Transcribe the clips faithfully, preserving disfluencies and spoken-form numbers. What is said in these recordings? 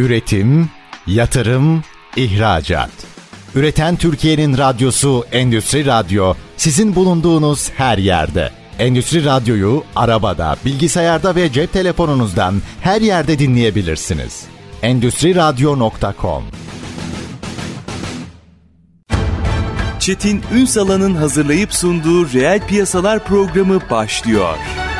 Üretim, yatırım, ihracat. Üreten Türkiye'nin radyosu Endüstri Radyo, sizin bulunduğunuz her yerde. Endüstri Radyo'yu arabada, bilgisayarda ve cep telefonunuzdan her yerde dinleyebilirsiniz. endüstri radyo nokta com. Çetin Ünsal'ın hazırlayıp sunduğu Reel Piyasalar programı başlıyor.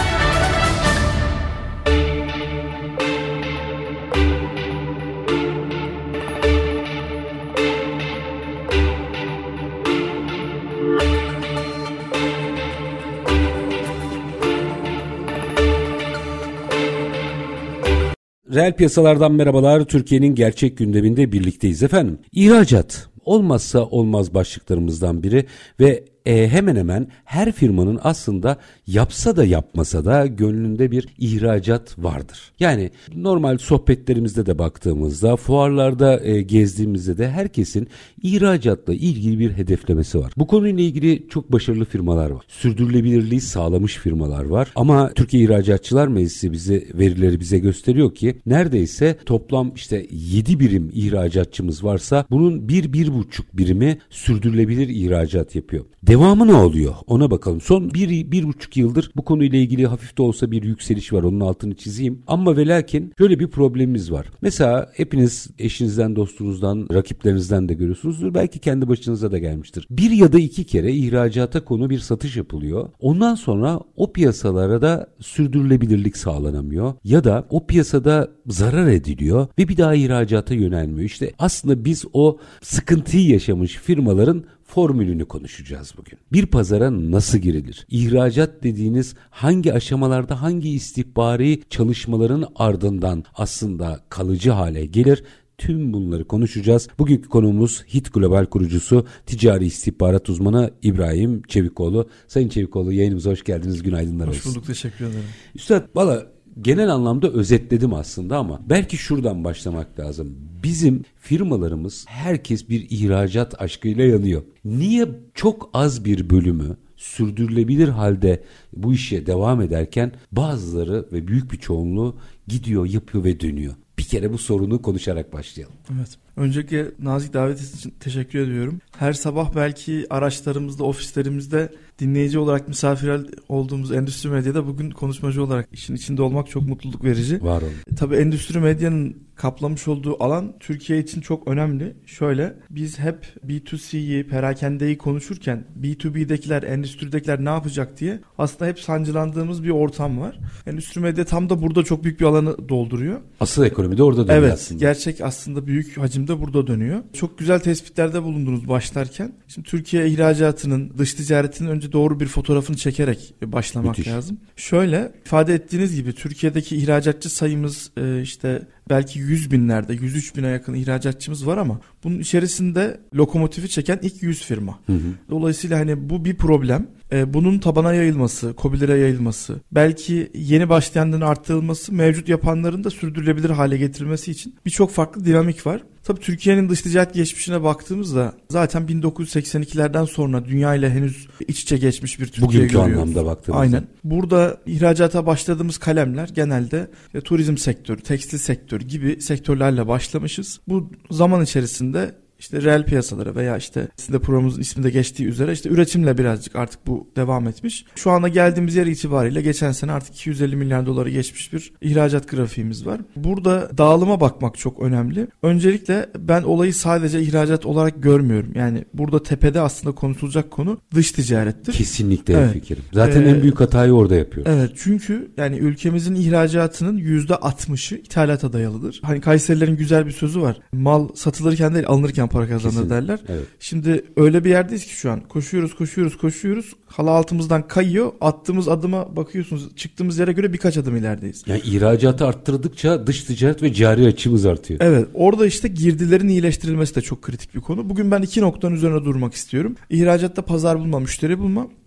Reel piyasalardan merhabalar. Türkiye'nin gerçek gündeminde birlikteyiz efendim. İhracat olmazsa olmaz başlıklarımızdan biri ve e, hemen hemen her firmanın aslında yapsa da yapmasa da gönlünde bir ihracat vardır. Yani normal sohbetlerimizde de baktığımızda, fuarlarda e, gezdiğimizde de herkesin ihracatla ilgili bir hedeflemesi var. Bu konuyla ilgili çok başarılı firmalar var. Sürdürülebilirliği sağlamış firmalar var. Ama Türkiye İhracatçılar Meclisi bize verileri bize gösteriyor ki neredeyse toplam işte yedi birim ihracatçımız varsa bunun bir bir buçuk birimi sürdürülebilir ihracat yapıyor. Devamı ne oluyor? Ona bakalım. Son bir, bir buçuk yıldır bu konuyla ilgili hafif de olsa bir yükseliş var. Onun altını çizeyim. Ama ve lakin şöyle bir problemimiz var. Mesela hepiniz eşinizden, dostunuzdan, rakiplerinizden de görüyorsunuzdur. Belki kendi başınıza da gelmiştir. Bir ya da iki kere ihracata konu bir satış yapılıyor. Ondan sonra o piyasalara da sürdürülebilirlik sağlanamıyor. Ya da o piyasada zarar ediliyor ve bir daha ihracata yönelmiyor. İşte aslında biz o sıkıntıyı yaşamış firmaların formülünü konuşacağız bugün. Bir pazara nasıl girilir? İhracat dediğiniz hangi aşamalarda, hangi istihbari çalışmaların ardından aslında kalıcı hale gelir? Tüm bunları konuşacağız. Bugünkü konuğumuz Hit Global kurucusu, ticari istihbarat uzmanı İbrahim Çevikoğlu. Sayın Çevikoğlu, yayınımıza hoş geldiniz. Günaydınlar olsun. Hoş bulduk, teşekkür ederim. Üstad, valla genel anlamda özetledim aslında ama belki şuradan başlamak lazım. Bizim firmalarımız, herkes bir ihracat aşkıyla yanıyor. Niye çok az bir bölümü sürdürülebilir halde bu işe devam ederken bazıları ve büyük bir çoğunluğu gidiyor, yapıyor ve dönüyor? Bir kere bu sorunu konuşarak başlayalım. Evet. Öncelikle nazik davetiniz için teşekkür ediyorum. Her sabah belki araçlarımızda, ofislerimizde dinleyici olarak misafir olduğumuz Endüstri Medya'da bugün konuşmacı olarak işin içinde olmak çok mutluluk verici. Var olun. E, tabii Endüstri Medya'nın kaplamış olduğu alan Türkiye için çok önemli. Şöyle, biz hep B iki C'yi, perakendeyi konuşurken B iki B'dekiler, endüstridekiler ne yapacak diye aslında hep sancılandığımız bir ortam var. Endüstri Medya tam da burada çok büyük bir alanı dolduruyor. Asıl ekonomi de orada dönüyor evet, aslında. Evet, gerçek aslında büyük hacimde burada dönüyor. Çok güzel tespitlerde bulundunuz başlarken. Şimdi Türkiye ihracatının, dış ticaretinin önce doğru bir fotoğrafını çekerek başlamak Müthiş. lazım. Şöyle ifade ettiğiniz gibi Türkiye'deki ihracatçı sayımız işte belki yüz binlerde, yüz üç bine yakın ihracatçımız var ama bunun içerisinde lokomotifi çeken ilk yüz firma. Hı hı. Dolayısıyla hani bu bir problem. Ee, bunun tabana yayılması, KOBİ'lere yayılması, belki yeni başlayanların arttırılması, mevcut yapanların da sürdürülebilir hale getirilmesi için birçok farklı dinamik var. Tabii Türkiye'nin dış ticaret geçmişine baktığımızda zaten bin dokuz yüz seksen ikilerden sonra dünya ile henüz iç içe geçmiş bir Türkiye Bugünkü görüyoruz. Bugünkü anlamda baktığımızda. Aynen. Burada ihracata başladığımız kalemler genelde e, turizm sektörü, tekstil sektörü gibi sektörlerle başlamışız. Bu zaman içerisinde İşte reel piyasalara veya işte sizin de programımızın isminde geçtiği üzere işte üretimle birazcık artık bu devam etmiş. Şu anda geldiğimiz yer itibariyle geçen sene artık iki yüz elli milyar doları geçmiş bir ihracat grafiğimiz var. Burada dağılıma bakmak çok önemli. Öncelikle ben olayı sadece ihracat olarak görmüyorum. Yani burada tepede aslında konuşulacak konu dış ticarettir. Kesinlikle evet. fikrim. Zaten ee, en büyük hatayı orada yapıyoruz. Evet, çünkü yani ülkemizin ihracatının yüzde altmışı ithalata dayalıdır. Hani Kayserilerin güzel bir sözü var. Mal satılırken değil, alınırken para kazanır Kesinlikle. derler. Evet. Şimdi öyle bir yerdeyiz ki şu an koşuyoruz koşuyoruz koşuyoruz. Halı altımızdan kayıyor. Attığımız adıma bakıyorsunuz, çıktığımız yere göre birkaç adım ilerideyiz. Yani ihracatı arttırdıkça dış ticaret ve cari açığımız artıyor. Evet, orada işte girdilerin iyileştirilmesi de çok kritik bir konu. Bugün ben iki noktanın üzerine durmak istiyorum. İhracatta pazar bulma, müşteri bulma.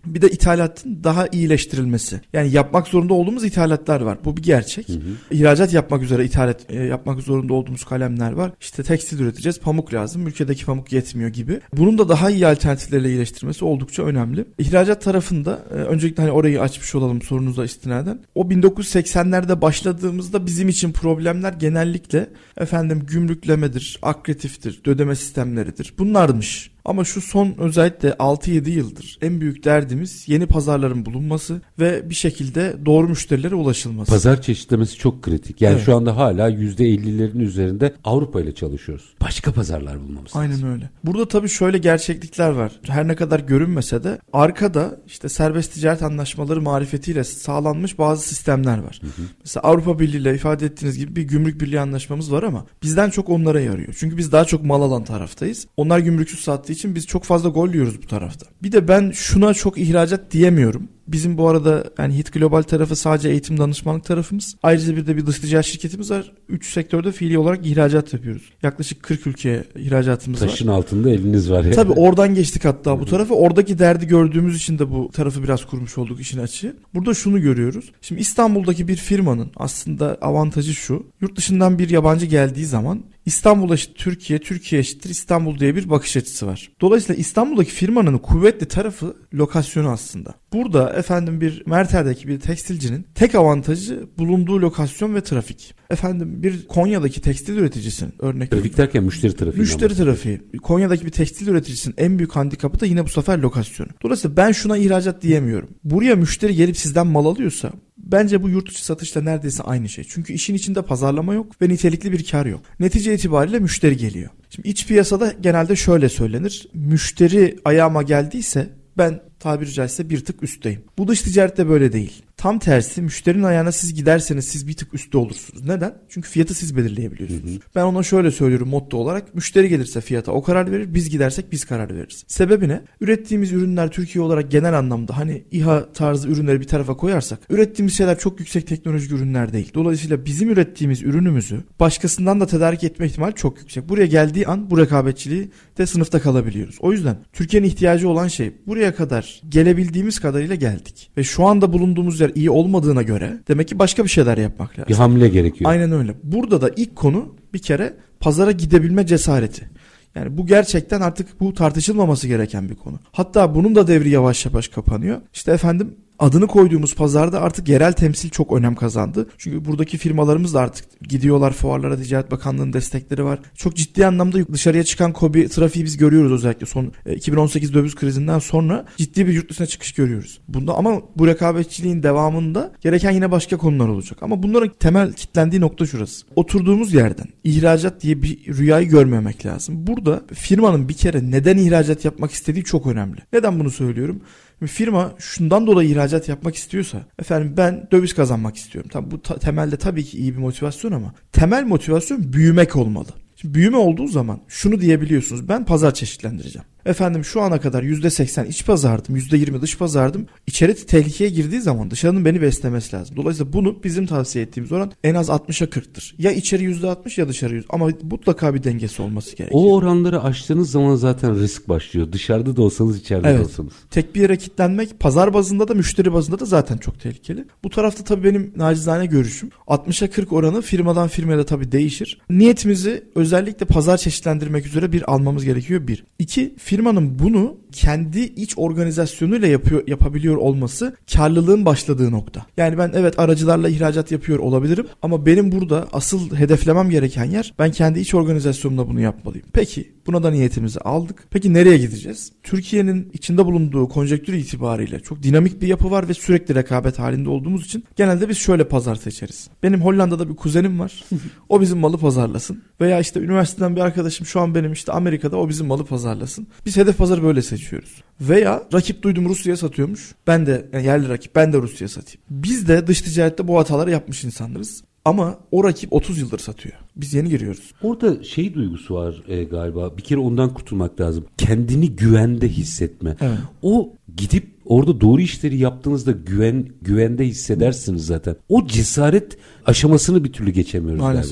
Bir de ithalatın daha iyileştirilmesi. Yani yapmak zorunda olduğumuz ithalatlar var. Bu bir gerçek. Hı hı. İhracat yapmak üzere ithalat e, yapmak zorunda olduğumuz kalemler var. İşte tekstil üreteceğiz, pamuk lazım. Ülkedeki pamuk yetmiyor gibi. Bunun da daha iyi alternatiflerle iyileştirmesi oldukça önemli. İhracat tarafında e, öncelikle hani orayı açmış olalım sorunuza istinaden. O bin dokuz yüz seksenlerde başladığımızda bizim için problemler genellikle efendim gümrüklemedir, akretiftir, ödeme sistemleridir. Bunlarmış. Ama şu son özellikle altı yedi yıldır en büyük derdimiz yeni pazarların bulunması ve bir şekilde doğru müşterilere ulaşılması. Pazar çeşitlemesi çok kritik. Yani evet. Şu anda hala yüzde ellilerin üzerinde Avrupa ile çalışıyoruz. Başka pazarlar bulmamız lazım. Aynen öyle. Burada tabii şöyle gerçeklikler var. Her ne kadar görünmese de arkada işte serbest ticaret anlaşmaları marifetiyle sağlanmış bazı sistemler var. Hı hı. Mesela Avrupa Birliği ile ifade ettiğiniz gibi bir gümrük birliği anlaşmamız var ama bizden çok onlara yarıyor. Çünkü biz daha çok mal alan taraftayız. Onlar gümrüksüz sattığı için biz çok fazla gol yiyoruz bu tarafta. Bir de ben şuna çok ihracat diyemiyorum. Bizim bu arada yani Hit Global tarafı sadece eğitim danışmanlık tarafımız. Ayrıca bir de bir dış ticaret şirketimiz var. Üç sektörde fiili olarak ihracat yapıyoruz. Yaklaşık kırk ülkeye ihracatımız Taşın var. Taşın altında eliniz var. Yani. Tabii oradan geçtik hatta Hı-hı. bu tarafa. Oradaki derdi gördüğümüz için de bu tarafı biraz kurmuş olduk işin açığı. Burada şunu görüyoruz. Şimdi İstanbul'daki bir firmanın aslında avantajı şu. Yurt dışından bir yabancı geldiği zaman İstanbul eşittir Türkiye, Türkiye eşittir İstanbul diye bir bakış açısı var. Dolayısıyla İstanbul'daki firmanın kuvvetli tarafı lokasyonu aslında. Burada efendim bir Merter'deki bir tekstilcinin tek avantajı bulunduğu lokasyon ve trafik. Efendim bir Konya'daki tekstil üreticisinin örnek. Trafik derken müşteri trafiği. Müşteri trafiği. Konya'daki bir tekstil üreticisinin en büyük handikapı da yine bu sefer lokasyonu. Dolayısıyla ben şuna ihracat diyemiyorum. Buraya müşteri gelip sizden mal alıyorsa bence bu yurt dışı satışla neredeyse aynı şey. Çünkü işin içinde pazarlama yok ve nitelikli bir kar yok. Netice itibariyle müşteri geliyor. Şimdi iç piyasada genelde şöyle söylenir. Müşteri ayağıma geldiyse ben tabiri caizse bir tık üstteyim. Bu dış ticarette böyle değil. Tam tersi müşterinin ayağına siz giderseniz siz bir tık üstte olursunuz. Neden? Çünkü fiyatı siz belirleyebiliyorsunuz. Hı hı. Ben ona şöyle söylüyorum motto olarak. Müşteri gelirse fiyata o karar verir. Biz gidersek biz karar veririz. Sebebi ne? Ürettiğimiz ürünler Türkiye olarak genel anlamda hani İHA tarzı ürünleri bir tarafa koyarsak ürettiğimiz şeyler çok yüksek teknolojik ürünler değil. Dolayısıyla bizim ürettiğimiz ürünümüzü başkasından da tedarik etme ihtimali çok yüksek. Buraya geldiği an bu rekabetçiliği de sınıfta kalabiliyoruz. O yüzden Türkiye'nin ihtiyacı olan şey buraya kadar gelebildiğimiz kadarıyla geldik. Ve şu anda bulunduğumuz yer iyi olmadığına göre demek ki başka bir şeyler yapmak lazım. Bir hamle gerekiyor. Aynen öyle. Burada da ilk konu bir kere pazara gidebilme cesareti. Yani bu gerçekten artık bu tartışılmaması gereken bir konu. Hatta bunun da devri yavaş yavaş kapanıyor. İşte efendim adını koyduğumuz pazarda artık yerel temsil çok önem kazandı. Çünkü buradaki firmalarımız da artık gidiyorlar fuarlara, Ticaret Bakanlığı'nın destekleri var. Çok ciddi anlamda dışarıya çıkan KOBİ trafiği biz görüyoruz özellikle son iki bin on sekiz döviz krizinden sonra ciddi bir yurt dışına çıkış görüyoruz. Bunda ama bu rekabetçiliğin devamında gereken yine başka konular olacak. Ama bunların temel kitlendiği nokta şurası. Oturduğumuz yerden ihracat diye bir rüyayı görmemek lazım. Burada firmanın bir kere neden ihracat yapmak istediği çok önemli. Neden bunu söylüyorum? Firma şundan dolayı ihracat yapmak istiyorsa, efendim ben döviz kazanmak istiyorum. Tabii bu ta- temelde tabii ki iyi bir motivasyon ama temel motivasyon büyümek olmalı. Şimdi büyüme olduğu zaman şunu diyebiliyorsunuz: ben pazar çeşitlendireceğim. Efendim şu ana kadar yüzde seksen iç pazardım, yüzde yirmi dış pazardım. İçeri tehlikeye girdiği zaman dışarının beni beslemesi lazım. Dolayısıyla bunu bizim tavsiye ettiğimiz oran en az altmışa kırktır. Ya içeri yüzde altmış ya dışarı yüz. Ama mutlaka bir dengesi olması gerekiyor. O oranları aştığınız zaman zaten risk başlıyor. Dışarıda da olsanız, içeride evet. de olsanız. Tek bir yere kilitlenmek pazar bazında da müşteri bazında da zaten çok tehlikeli. Bu tarafta tabii benim nacizane görüşüm altmışa kırk oranı firmadan firmaya da tabii değişir. Niyetimizi özellikle pazar çeşitlendirmek üzere bir almamız gerekiyor. Bir. İki, firmanın bunu kendi iç organizasyonuyla yapıyor, yapabiliyor olması karlılığın başladığı nokta. Yani ben evet aracılarla ihracat yapıyor olabilirim ama benim burada asıl hedeflemem gereken yer ben kendi iç organizasyonumla bunu yapmalıyım. Peki buna da niyetimizi aldık. Peki nereye gideceğiz? Türkiye'nin içinde bulunduğu konjonktür itibariyle çok dinamik bir yapı var ve sürekli rekabet halinde olduğumuz için genelde biz şöyle pazar seçeriz. Benim Hollanda'da bir kuzenim var. O bizim malı pazarlasın. Veya işte üniversiteden bir arkadaşım şu an benim işte Amerika'da, o bizim malı pazarlasın. Biz hedef pazarı böyle seçiyoruz. Veya rakip duydum Rusya'ya satıyormuş. Ben de yani yerli rakip ben de Rusya'ya satayım. Biz de dış ticarette bu hataları yapmış insanlarız. Ama o rakip otuz yıldır satıyor. Biz yeni giriyoruz. Orada şey duygusu var e, galiba. Bir kere ondan kurtulmak lazım. Kendini güvende hissetme. Evet. O gidip orada doğru işleri yaptığınızda güven güvende hissedersiniz zaten. O cesaret aşamasını bir türlü geçemiyoruz maalesef galiba.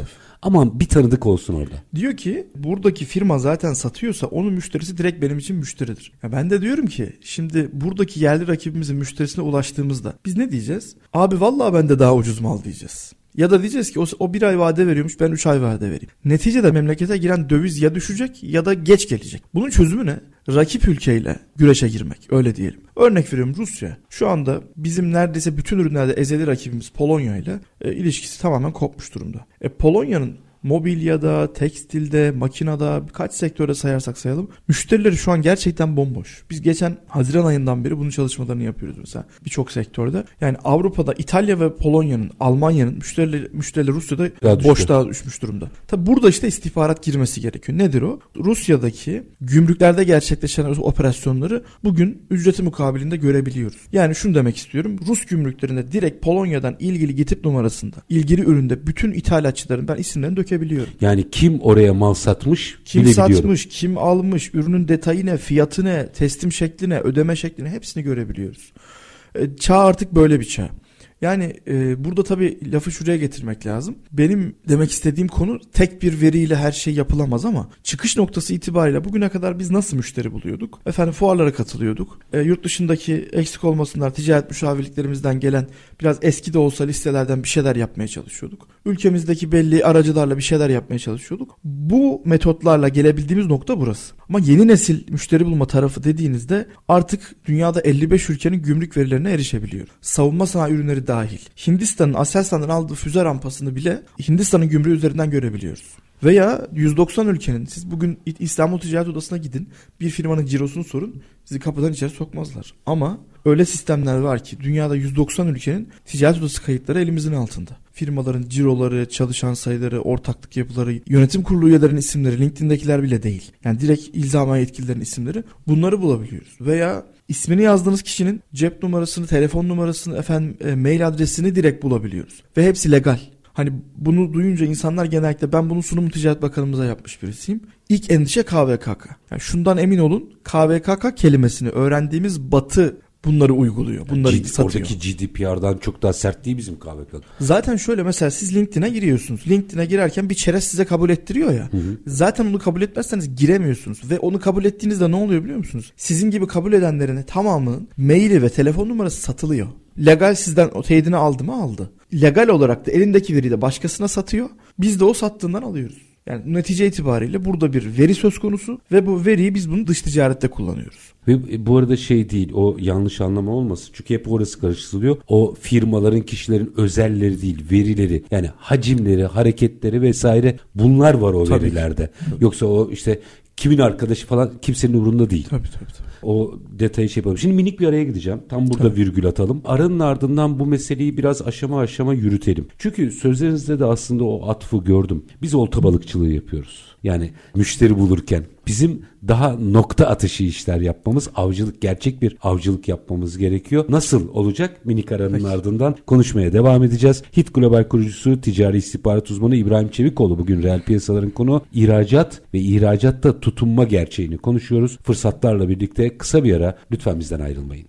Aman bir tanıdık olsun orada. Diyor ki buradaki firma zaten satıyorsa onun müşterisi direkt benim için müşteridir. Ya ben de diyorum ki şimdi buradaki yerli rakibimizin müşterisine ulaştığımızda biz ne diyeceğiz? Abi vallahi ben de daha ucuz mal diyeceğiz. Ya da diyeceğiz ki o, o bir ay vade veriyormuş, ben üç ay vade vereyim. Neticede memlekete giren döviz ya düşecek ya da geç gelecek. Bunun çözümü ne? Rakip ülkeyle güreşe girmek, öyle diyelim. Örnek veriyorum, Rusya. Şu anda bizim neredeyse bütün ürünlerde ezeli rakibimiz Polonya ile e, ilişkisi tamamen kopmuş durumda. E, Polonya'nın mobilyada, tekstilde, makinada, birkaç sektörde sayarsak sayalım, müşterileri şu an gerçekten bomboş. Biz geçen Haziran ayından beri bunun çalışmalarını yapıyoruz mesela birçok sektörde. Yani Avrupa'da İtalya ve Polonya'nın, Almanya'nın müşterileri, müşterileri Rusya'da daha boşluğa düşmüş durumda. Tabi burada işte istihbarat girmesi gerekiyor. Nedir o? Rusya'daki gümrüklerde gerçekleşen operasyonları bugün ücreti mukabilinde görebiliyoruz. Yani şunu demek istiyorum. Rus gümrüklerinde direkt Polonya'dan ilgili gitip numarasında, ilgili üründe bütün ithalatçıların ben isimlerini dökebiliyorum. Yani kim oraya mal satmış, kim satmış, kim almış, ürünün detayı ne, fiyatı ne, teslim şekli ne, ödeme şekli ne, hepsini görebiliyoruz. E, çağ artık böyle bir çağ. Yani e, burada tabii lafı şuraya getirmek lazım. Benim demek istediğim konu tek bir veriyle her şey yapılamaz ama çıkış noktası itibariyle bugüne kadar biz nasıl müşteri buluyorduk? Efendim fuarlara katılıyorduk. E, yurt dışındaki eksik olmasınlar ticaret müşavirliklerimizden gelen biraz eski de olsa listelerden bir şeyler yapmaya çalışıyorduk. Ülkemizdeki belli aracılarla bir şeyler yapmaya çalışıyorduk. Bu metotlarla gelebildiğimiz nokta burası. Ama yeni nesil müşteri bulma tarafı dediğinizde artık dünyada elli beş ülkenin gümrük verilerine erişebiliyor. Savunma sanayi ürünleri dahil. Hindistan'ın Aselsan'dan aldığı füze rampasını bile Hindistan'ın gümrüğü üzerinden görebiliyoruz. Veya yüz doksan ülkenin, siz bugün İstanbul Ticaret Odası'na gidin, bir firmanın cirosunu sorun, sizi kapıdan içeri sokmazlar. Ama öyle sistemler var ki dünyada yüz doksan ülkenin ticaret odası kayıtları elimizin altında. Firmaların ciroları, çalışan sayıları, ortaklık yapıları, yönetim kurulu üyelerinin isimleri, LinkedIn'dekiler bile değil. Yani direkt ilzama yetkililerin isimleri, bunları bulabiliyoruz. Veya ismini yazdığınız kişinin cep numarasını, telefon numarasını, efendim e, mail adresini direkt bulabiliyoruz. Ve hepsi legal. Hani bunu duyunca insanlar genellikle, ben bunu sunumu Ticaret Bakanımıza yapmış birisiyim. İlk endişe K V K K. Yani şundan emin olun, K V K K kelimesini öğrendiğimiz Batı bunları uyguluyor. Bunları yani satıyor. Oradaki G D P R'dan çok daha sert değil bizim K V K K. Zaten şöyle, mesela siz LinkedIn'e giriyorsunuz. LinkedIn'e girerken bir çerez size kabul ettiriyor ya. Hı hı. Zaten onu kabul etmezseniz giremiyorsunuz. Ve onu kabul ettiğinizde ne oluyor biliyor musunuz? Sizin gibi kabul edenlerin tamamının maili ve telefon numarası satılıyor. Legal sizden o teyidini aldı mı aldı. Legal olarak da elindeki veriyi de başkasına satıyor. Biz de o sattığından alıyoruz. Yani netice itibariyle burada bir veri söz konusu ve bu veriyi biz bunu dış ticarette kullanıyoruz. Ve bu arada şey değil, o yanlış anlama olmasın. Çünkü hep orası karıştırılıyor. O firmaların, kişilerin özelleri değil, verileri. Yani hacimleri, hareketleri vesaire, bunlar var o tabii verilerde. Tabii. Yoksa o işte kimin arkadaşı falan kimsenin umurunda değil. Tabii tabii tabii. O detayı şey yapalım. Şimdi minik bir araya gideceğim. Tam burada tabii virgül atalım. Aranın ardından bu meseleyi biraz aşama aşama yürütelim. Çünkü sözlerinizde de aslında o atfı gördüm. Biz olta balıkçılığı yapıyoruz. Yani müşteri bulurken bizim daha nokta atışı işler yapmamız, avcılık, gerçek bir avcılık yapmamız gerekiyor. Nasıl olacak? Minik aranın Peki. ardından konuşmaya devam edeceğiz. Hit Global kurucusu, ticari istihbarat uzmanı İbrahim Çevikoğlu bugün reel piyasaların konu. İhracat ve ihracatta tutunma gerçeğini konuşuyoruz. Fırsatlarla birlikte kısa bir ara, lütfen bizden ayrılmayın.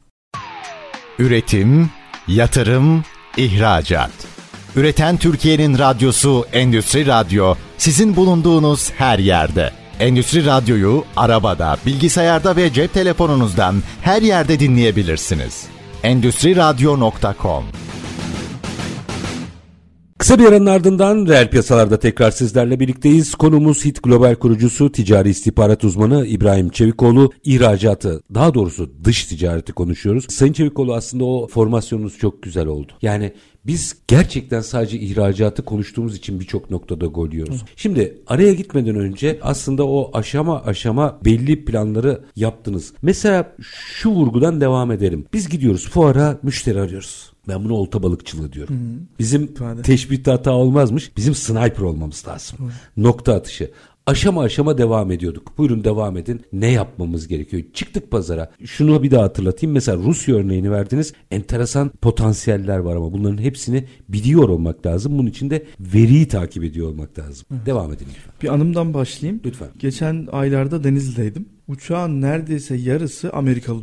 Üretim, yatırım, ihracat. Üreten Türkiye'nin radyosu Endüstri Radyo, sizin bulunduğunuz her yerde. Endüstri Radyo'yu arabada, bilgisayarda ve cep telefonunuzdan her yerde dinleyebilirsiniz. endüstri radyo nokta com. Kısa bir aranın ardından reel piyasalarda tekrar sizlerle birlikteyiz. Konumuz Hit Global kurucusu, ticari istihbarat uzmanı İbrahim Çevikoğlu. İhracatı, daha doğrusu dış ticareti konuşuyoruz. Sayın Çevikoğlu, aslında o formasyonunuz çok güzel oldu. Yani biz gerçekten sadece ihracatı konuştuğumuz için birçok noktada gol yiyoruz. Hı. Şimdi araya gitmeden önce aslında o aşama aşama belli planları yaptınız. Mesela şu vurgudan devam edelim. Biz gidiyoruz fuara, müşteri arıyoruz. Ben bunu olta balıkçılığı diyorum. Hı hı. Bizim İfade. teşbihte hata olmazmış. Bizim sniper olmamız lazım. Hı. Nokta atışı. Aşama aşama devam ediyorduk. Buyurun devam edin. Ne yapmamız gerekiyor? Çıktık pazara. Şunu bir daha hatırlatayım. Mesela Rusya örneğini verdiniz. Enteresan potansiyeller var ama bunların hepsini biliyor olmak lazım. Bunun için de veriyi takip ediyor olmak lazım. Evet. Devam edin lütfen. Bir anımdan başlayayım. Lütfen. Geçen aylarda Denizli'deydim. Uçağın neredeyse yarısı Amerikalı dolu.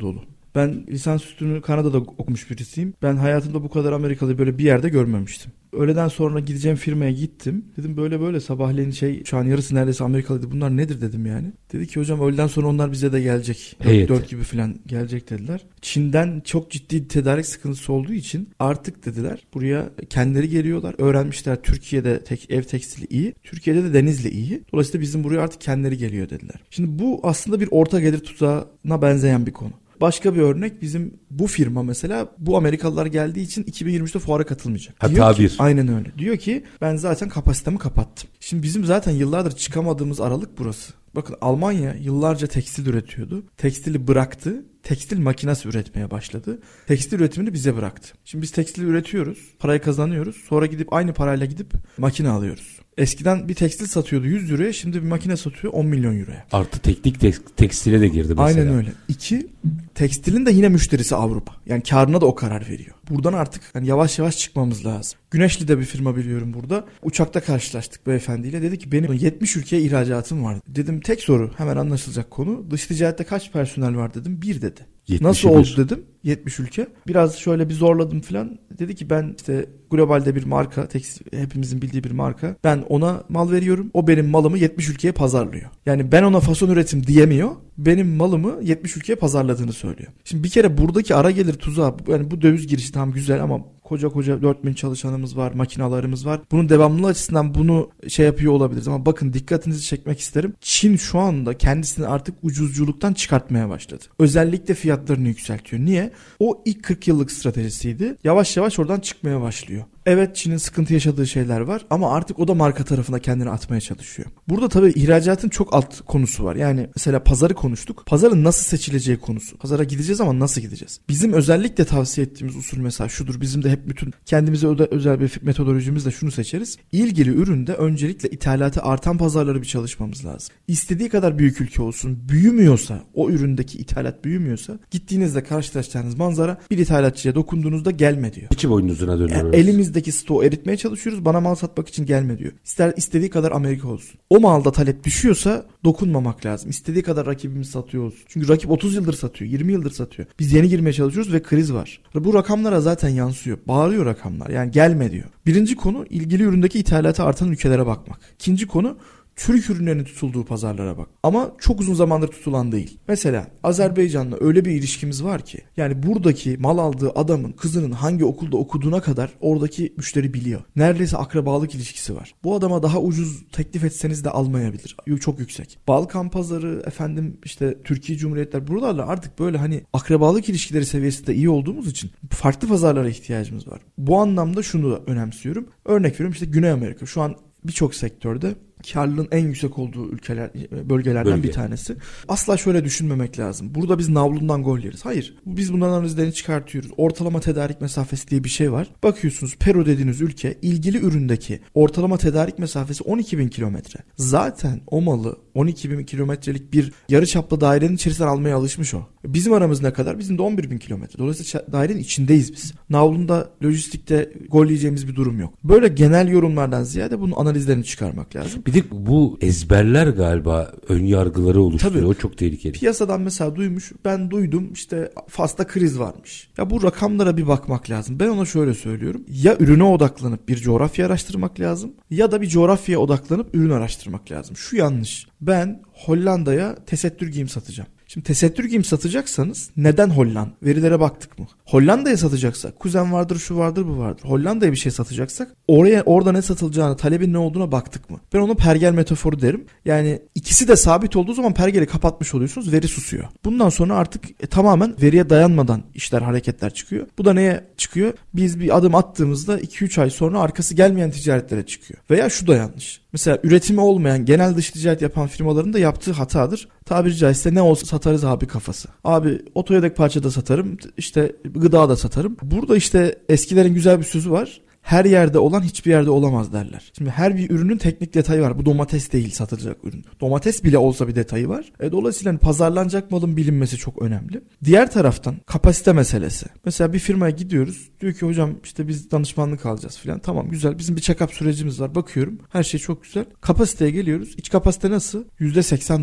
Ben lisansüstünü Kanada'da okumuş birisiyim. Ben hayatımda bu kadar Amerikalı böyle bir yerde görmemiştim. Öğleden sonra gideceğim firmaya gittim. Dedim böyle böyle sabahleyin şey şu an yarısı neredeyse Amerikalıydı. Bunlar nedir dedim yani. Dedi ki hocam öğleden sonra onlar bize de gelecek. Evet. dört gibi falan gelecek dediler. Çin'den çok ciddi tedarik sıkıntısı olduğu için artık dediler buraya kendileri geliyorlar. Öğrenmişler Türkiye'de tek, ev tekstili iyi. Türkiye'de de Denizli iyi. Dolayısıyla bizim buraya artık kendileri geliyor dediler. Şimdi bu aslında bir orta gelir tuzağına benzeyen bir konu. Başka bir örnek bizim bu firma mesela bu Amerikalılar geldiği için iki bin yirmi üçte fuara katılmayacak. Ha, diyor tabir. Ki, aynen öyle. Diyor ki ben zaten kapasitemi kapattım. Şimdi bizim zaten yıllardır çıkamadığımız aralık burası. Bakın Almanya yıllarca tekstil üretiyordu. Tekstili bıraktı. Tekstil makinesi üretmeye başladı. Tekstil üretimini bize bıraktı. Şimdi biz tekstil üretiyoruz. Parayı kazanıyoruz. Sonra gidip aynı parayla gidip makine alıyoruz. Eskiden bir tekstil satıyordu yüz euroya. Şimdi bir makine satıyor on milyon euroya. Artı teknik tek, tekstile de girdi mesela. Aynen öyle. İki, tekstilin de yine müşterisi Avrupa. Yani karına da o karar veriyor. Buradan artık yani yavaş yavaş çıkmamız lazım. Güneşli'de bir firma biliyorum burada. Uçakta karşılaştık beyefendiyle. Dedi ki benim yetmiş ülkeye ihracatım var. Dedim tek soru hemen anlaşılacak konu. Dış ticarette kaç personel var dedim. Bir dedi. Nasıl oldu dedim. yetmiş ülke. Biraz şöyle bir zorladım falan. Dedi ki ben işte globalde bir marka, tekstil, hepimizin bildiği bir marka. Ben ona mal veriyorum. O benim malımı yetmiş ülkeye pazarlıyor. Yani ben ona fason üretim diyemiyor. Benim malımı yetmiş ülkeye pazarladığını söylüyor. Şimdi bir kere buradaki ara gelir tuzağı, yani bu döviz girişi tam güzel ama koca koca dört bin çalışanımız var, makinalarımız var. Bunun devamlılığı açısından bunu şey yapıyor olabiliriz ama bakın dikkatinizi çekmek isterim. Çin şu anda kendisini artık ucuzculuktan çıkartmaya başladı. Özellikle fiyatlarını yükseltiyor. Niye? O ilk kırk yıllık stratejisiydi. Yavaş yavaş oradan çıkmaya başlıyor. Evet Çin'in sıkıntı yaşadığı şeyler var ama artık o da marka tarafına kendini atmaya çalışıyor. Burada tabii ihracatın çok alt konusu var. Yani mesela pazarı konuştuk. Pazarın nasıl seçileceği konusu. Pazara gideceğiz ama nasıl gideceğiz? Bizim özellikle tavsiye ettiğimiz usul mesela şudur. Bizim de hep bütün kendimize özel bir metodolojimizle şunu seçeriz. İlgili üründe öncelikle ithalatı artan pazarları bir çalışmamız lazım. İstediği kadar büyük ülke olsun. Büyümüyorsa, o üründeki ithalat büyümüyorsa gittiğinizde karşılaşacağınız manzara bir ithalatçıya dokunduğunuzda gelme diyor. İçi boynuzuna dönüyoruz. Yani elimizdeki stoğu eritmeye çalışıyoruz. Bana mal satmak için gelme diyor. İster istediği kadar Amerika olsun. O malda talep düşüyorsa dokunmamak lazım. İstediği kadar rakibimiz satıyor olsun. Çünkü rakip otuz yıldır satıyor, yirmi yıldır satıyor. Biz yeni girmeye çalışıyoruz ve kriz var. Bu rakamlara zaten yansıyor. Bağırıyor rakamlar. Yani gelme diyor. Birinci konu ilgili üründeki ithalatı artan ülkelere bakmak. İkinci konu Türk ürünlerinin tutulduğu pazarlara bak. Ama çok uzun zamandır tutulan değil. Mesela Azerbaycan'la öyle bir ilişkimiz var ki yani buradaki mal aldığı adamın kızının hangi okulda okuduğuna kadar oradaki müşteri biliyor. Neredeyse akrabalık ilişkisi var. Bu adama daha ucuz teklif etseniz de almayabilir. Çok yüksek. Balkan pazarı efendim işte Türkiye Cumhuriyetler buralarla artık böyle hani akrabalık ilişkileri seviyesinde iyi olduğumuz için farklı pazarlara ihtiyacımız var. Bu anlamda şunu da önemsiyorum. Örnek veriyorum işte Güney Amerika şu an birçok sektörde karlılığın en yüksek olduğu ülkeler, bölgelerden Bölge. bir tanesi. Asla şöyle düşünmemek lazım. Burada biz navlundan gol yeriz. Hayır. Biz bunların analizlerini çıkartıyoruz. Ortalama tedarik mesafesi diye bir şey var. Bakıyorsunuz Peru dediğiniz ülke ilgili üründeki ortalama tedarik mesafesi on iki bin kilometre. Zaten o malı on iki bin kilometrelik bir yarıçaplı dairenin içerisinden almaya alışmış o. Bizim aramız ne kadar? Bizim de on bir bin kilometre. Dolayısıyla dairenin içindeyiz biz. Navlunda, lojistikte gol yiyeceğimiz bir durum yok. Böyle genel yorumlardan ziyade bunun analizlerini çıkarmak lazım. Bir de bu ezberler galiba ön yargıları oluşturuyor. Tabii, o çok tehlikeli. Piyasadan mesela duymuş. Ben duydum işte Fas'ta kriz varmış. Ya bu rakamlara bir bakmak lazım. Ben ona şöyle söylüyorum. Ya ürüne odaklanıp bir coğrafya araştırmak lazım ya da bir coğrafyaya odaklanıp ürün araştırmak lazım. Şu yanlış. Ben Hollanda'ya tesettür giyim satacağım. Şimdi tesettür giyim satacaksanız neden Hollanda? Verilere baktık mı? Hollanda'ya satacaksak kuzen vardır, şu vardır, bu vardır. Hollanda'ya bir şey satacaksak oraya orada ne satılacağını, talebin ne olduğuna baktık mı? Ben ona pergel metaforu derim. Yani ikisi de sabit olduğu zaman pergeli kapatmış oluyorsunuz, veri susuyor. Bundan sonra artık e, tamamen veriye dayanmadan işler, hareketler çıkıyor. Bu da neye çıkıyor? Biz bir adım attığımızda iki üç ay sonra arkası gelmeyen ticaretlere çıkıyor. Veya şu da yanlış. Mesela üretimi olmayan genel dış ticaret yapan firmaların da yaptığı hatadır. Tabiri caizse ne olsa satarız abi kafası. Abi otoyedek parça da satarım, işte gıda da satarım. Burada işte eskilerin güzel bir sözü var. Her yerde olan hiçbir yerde olamaz derler. Şimdi her bir ürünün teknik detayı var. Bu domates değil satılacak ürün. Domates bile olsa bir detayı var. E, dolayısıyla pazarlanacak malın bilinmesi çok önemli. Diğer taraftan kapasite meselesi. Mesela bir firmaya gidiyoruz. Diyor ki hocam işte biz danışmanlık alacağız falan. Tamam güzel. Bizim bir check-up sürecimiz var. Bakıyorum her şey çok güzel. Kapasiteye geliyoruz. İç kapasite nasıl? yüzde seksen dolu.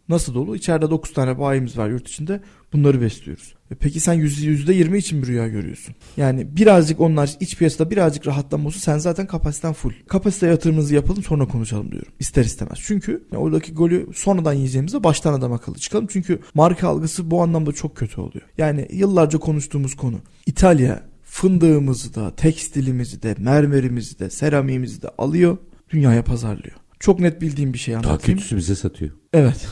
Nasıl dolu? İçeride dokuz tane bayimiz var yurt içinde. Bunları besliyoruz. E peki sen yüzde yirmi için bir rüya görüyorsun. Yani birazcık onlar iç piyasada birazcık rahatlama olsun, sen zaten kapasiten full. Kapasite yatırımımızı yapalım sonra konuşalım diyorum. İster istemez. Çünkü yani oradaki golü sonradan yiyeceğimize baştan adam akıllı çıkalım. Çünkü marka algısı bu anlamda çok kötü oluyor. Yani yıllarca konuştuğumuz konu. İtalya fındığımızı da, tekstilimizi de, mermerimizi de, seramiğimizi de alıyor, dünyaya pazarlıyor. Çok net bildiğim bir şey anlatayım. Daha kötüsü bize satıyor. Evet.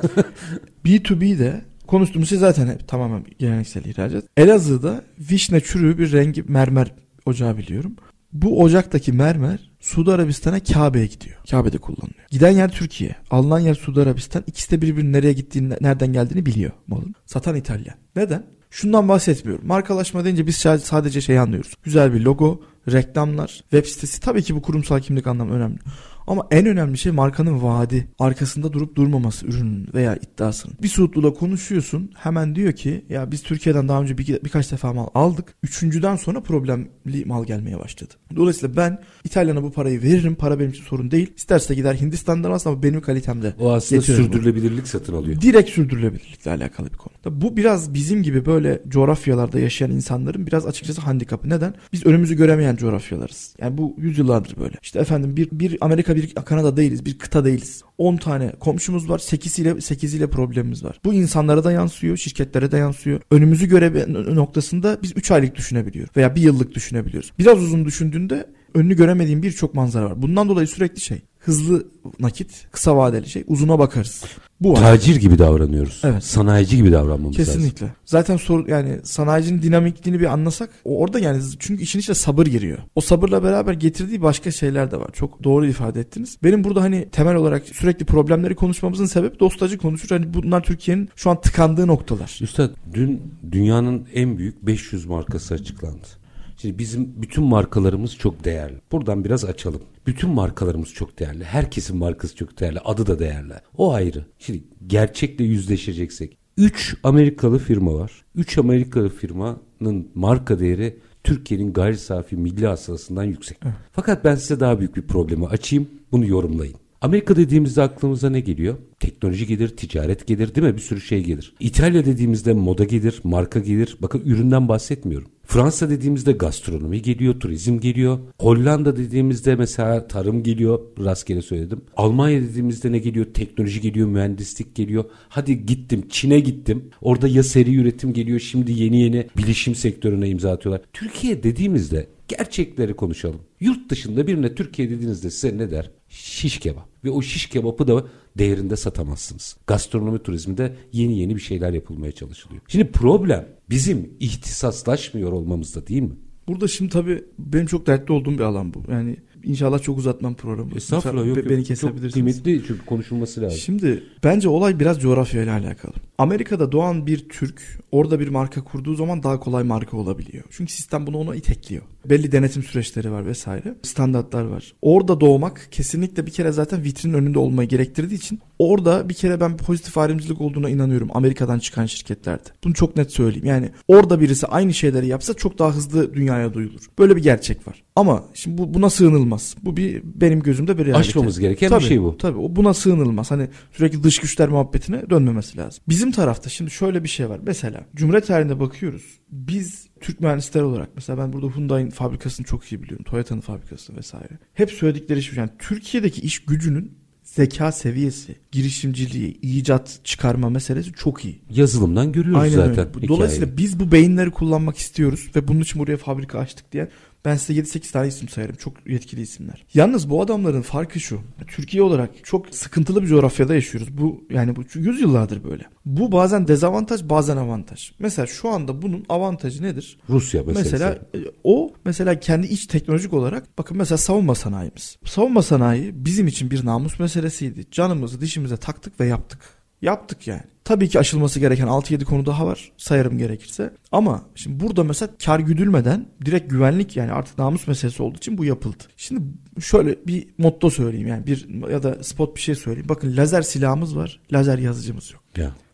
B iki B'de konuştuğumuz şey zaten hep tamamen geleneksel ihracat. Elazığ'da vişne çürüğü bir rengi mermer ocağı biliyorum. Bu ocaktaki mermer Suudi Arabistan'a, Kabe'ye gidiyor. Kabe'de kullanılıyor. Giden yer Türkiye. Alınan yer Suudi Arabistan. İkisi de birbirinin nereye gittiğini, nereden geldiğini biliyor malın. Satan İtalyan. Neden? Şundan bahsetmiyorum. Markalaşma deyince biz sadece şey anlıyoruz. Güzel bir logo, reklamlar, web sitesi. Tabii ki bu kurumsal kimlik anlamı önemli. Ama en önemli şey markanın vaadi. Arkasında durup durmaması ürünün veya iddiasının. Bir Suudlu'da konuşuyorsun. Hemen diyor ki ya biz Türkiye'den daha önce bir, birkaç defa mal aldık. Üçüncüden sonra problemli mal gelmeye başladı. Dolayısıyla ben İtalyan'a bu parayı veririm. Para benim için sorun değil. İsterse gider Hindistan'dan alsın ama benim kalitemde. O aslında sürdürülebilirlik bunu. Satın alıyor. Direkt sürdürülebilirlikle alakalı bir konu. Bu biraz bizim gibi böyle coğrafyalarda yaşayan insanların biraz açıkçası handikapı. Neden? Biz önümüzü göremeyen coğrafyalarız. Yani bu yüzyıllardır böyle. İşte efendim bir, bir Amerika, bir Kanada değiliz, bir kıta değiliz. on tane komşumuz var, sekiziyle sekiziyle problemimiz var. Bu insanlara da yansıyor, şirketlere de yansıyor. Önümüzü göre noktasında biz üç aylık düşünebiliyoruz veya bir yıllık düşünebiliyoruz. Biraz uzun düşündüğünde önünü göremediğim birçok manzara var. Bundan dolayı sürekli şey, hızlı nakit, kısa vadeli şey, uzuna bakarız. Bu var. Tacir gibi davranıyoruz. Evet. Sanayici gibi davranmamız Kesinlikle. lazım. Kesinlikle. Zaten sor, yani sanayicinin dinamikliğini bir anlasak orada yani çünkü işin içine sabır giriyor. O sabırla beraber getirdiği başka şeyler de var. Çok doğru ifade ettiniz. Benim burada hani temel olarak sürekli problemleri konuşmamızın sebebi dostacı konuşur. Hani bunlar Türkiye'nin şu an tıkandığı noktalar. Üstad dün dünyanın en büyük beş yüz markası açıklandı. Şimdi bizim bütün markalarımız çok değerli. Buradan biraz açalım. Bütün markalarımız çok değerli. Herkesin markası çok değerli. Adı da değerli. O ayrı. Şimdi gerçekle yüzleşeceksek. üç Amerikalı firma var. üç Amerikalı firmanın marka değeri Türkiye'nin gayri safi milli hasılasından yüksek. Evet. Fakat ben size daha büyük bir problemi açayım. Bunu yorumlayın. Amerika dediğimizde aklımıza ne geliyor? Teknoloji gelir, ticaret gelir, değil mi? Bir sürü şey gelir. İtalya dediğimizde moda gelir, marka gelir. Bakın üründen bahsetmiyorum. Fransa dediğimizde gastronomi geliyor, turizm geliyor. Hollanda dediğimizde mesela tarım geliyor, rastgele söyledim. Almanya dediğimizde ne geliyor? Teknoloji geliyor, mühendislik geliyor. Hadi gittim, Çin'e gittim. Orada ya seri üretim geliyor, şimdi yeni yeni bilişim sektörüne imza atıyorlar. Türkiye dediğimizde gerçekleri konuşalım. Yurt dışında birine Türkiye dediğinizde size ne der? Şiş kebap. Ve o şiş kebapı da değerinde satamazsınız. Gastronomi turizminde yeni yeni bir şeyler yapılmaya çalışılıyor. Şimdi problem bizim ihtisaslaşmıyor olmamızda değil mi? Burada şimdi tabii benim çok dertli olduğum bir alan bu. Yani inşallah çok uzatmam programı. Estağfurullah, yok, yok. Beni kesebilirsiniz. Çok kıymetli çünkü konuşulması lazım. Şimdi bence olay biraz coğrafyayla alakalı. Amerika'da doğan bir Türk orada bir marka kurduğu zaman daha kolay marka olabiliyor. Çünkü sistem bunu ona itekliyor. Belli denetim süreçleri var vesaire. Standartlar var. Orada doğmak kesinlikle bir kere zaten vitrinin önünde olmayı gerektirdiği için orada bir kere ben pozitif ayrımcılık olduğuna inanıyorum Amerika'dan çıkan şirketlerde. Bunu çok net söyleyeyim. Yani orada birisi aynı şeyleri yapsa çok daha hızlı dünyaya duyulur. Böyle bir gerçek var. Ama şimdi bu, buna sığınılmaz. Bu bir benim gözümde bir realite. Aşmamız gereken tabii, bir şey bu. Tabii buna sığınılmaz. Hani sürekli dış güçler muhabbetine dönmemesi lazım. Bizim tarafta şimdi şöyle bir şey var. Mesela Cumhuriyet tarihinde bakıyoruz. Biz Türk mühendisler olarak mesela ben burada Hyundai'nin fabrikasını çok iyi biliyorum. Toyota'nın fabrikasını vesaire. Hep söyledikleri şey yani Türkiye'deki iş gücünün zeka seviyesi, girişimciliği, icat çıkarma meselesi çok iyi. Yazılımdan görüyoruz aynen zaten. Öyle. Dolayısıyla biz bu beyinleri kullanmak istiyoruz ve bunun için buraya fabrika açtık diye ben size yedi sekiz tane isim sayarım. Çok yetkili isimler. Yalnız bu adamların farkı şu. Türkiye olarak çok sıkıntılı bir coğrafyada yaşıyoruz. Bu yani bu yüzyıllardır böyle. Bu bazen dezavantaj, bazen avantaj. Mesela şu anda bunun avantajı nedir? Rusya mesela. Mesela o mesela kendi iç teknolojik olarak bakın mesela savunma sanayimiz. Savunma sanayi bizim için bir namus meselesiydi. Canımızı dişimize taktık ve yaptık. Yaptık yani. Tabii ki aşılması gereken altı yedi konu daha var sayarım gerekirse. Ama şimdi burada mesela kar güdülmeden direkt güvenlik yani artık namus meselesi olduğu için bu yapıldı. Şimdi şöyle bir motto söyleyeyim yani bir ya da spot bir şey söyleyeyim. Bakın lazer silahımız var, lazer yazıcımız yok. Ya.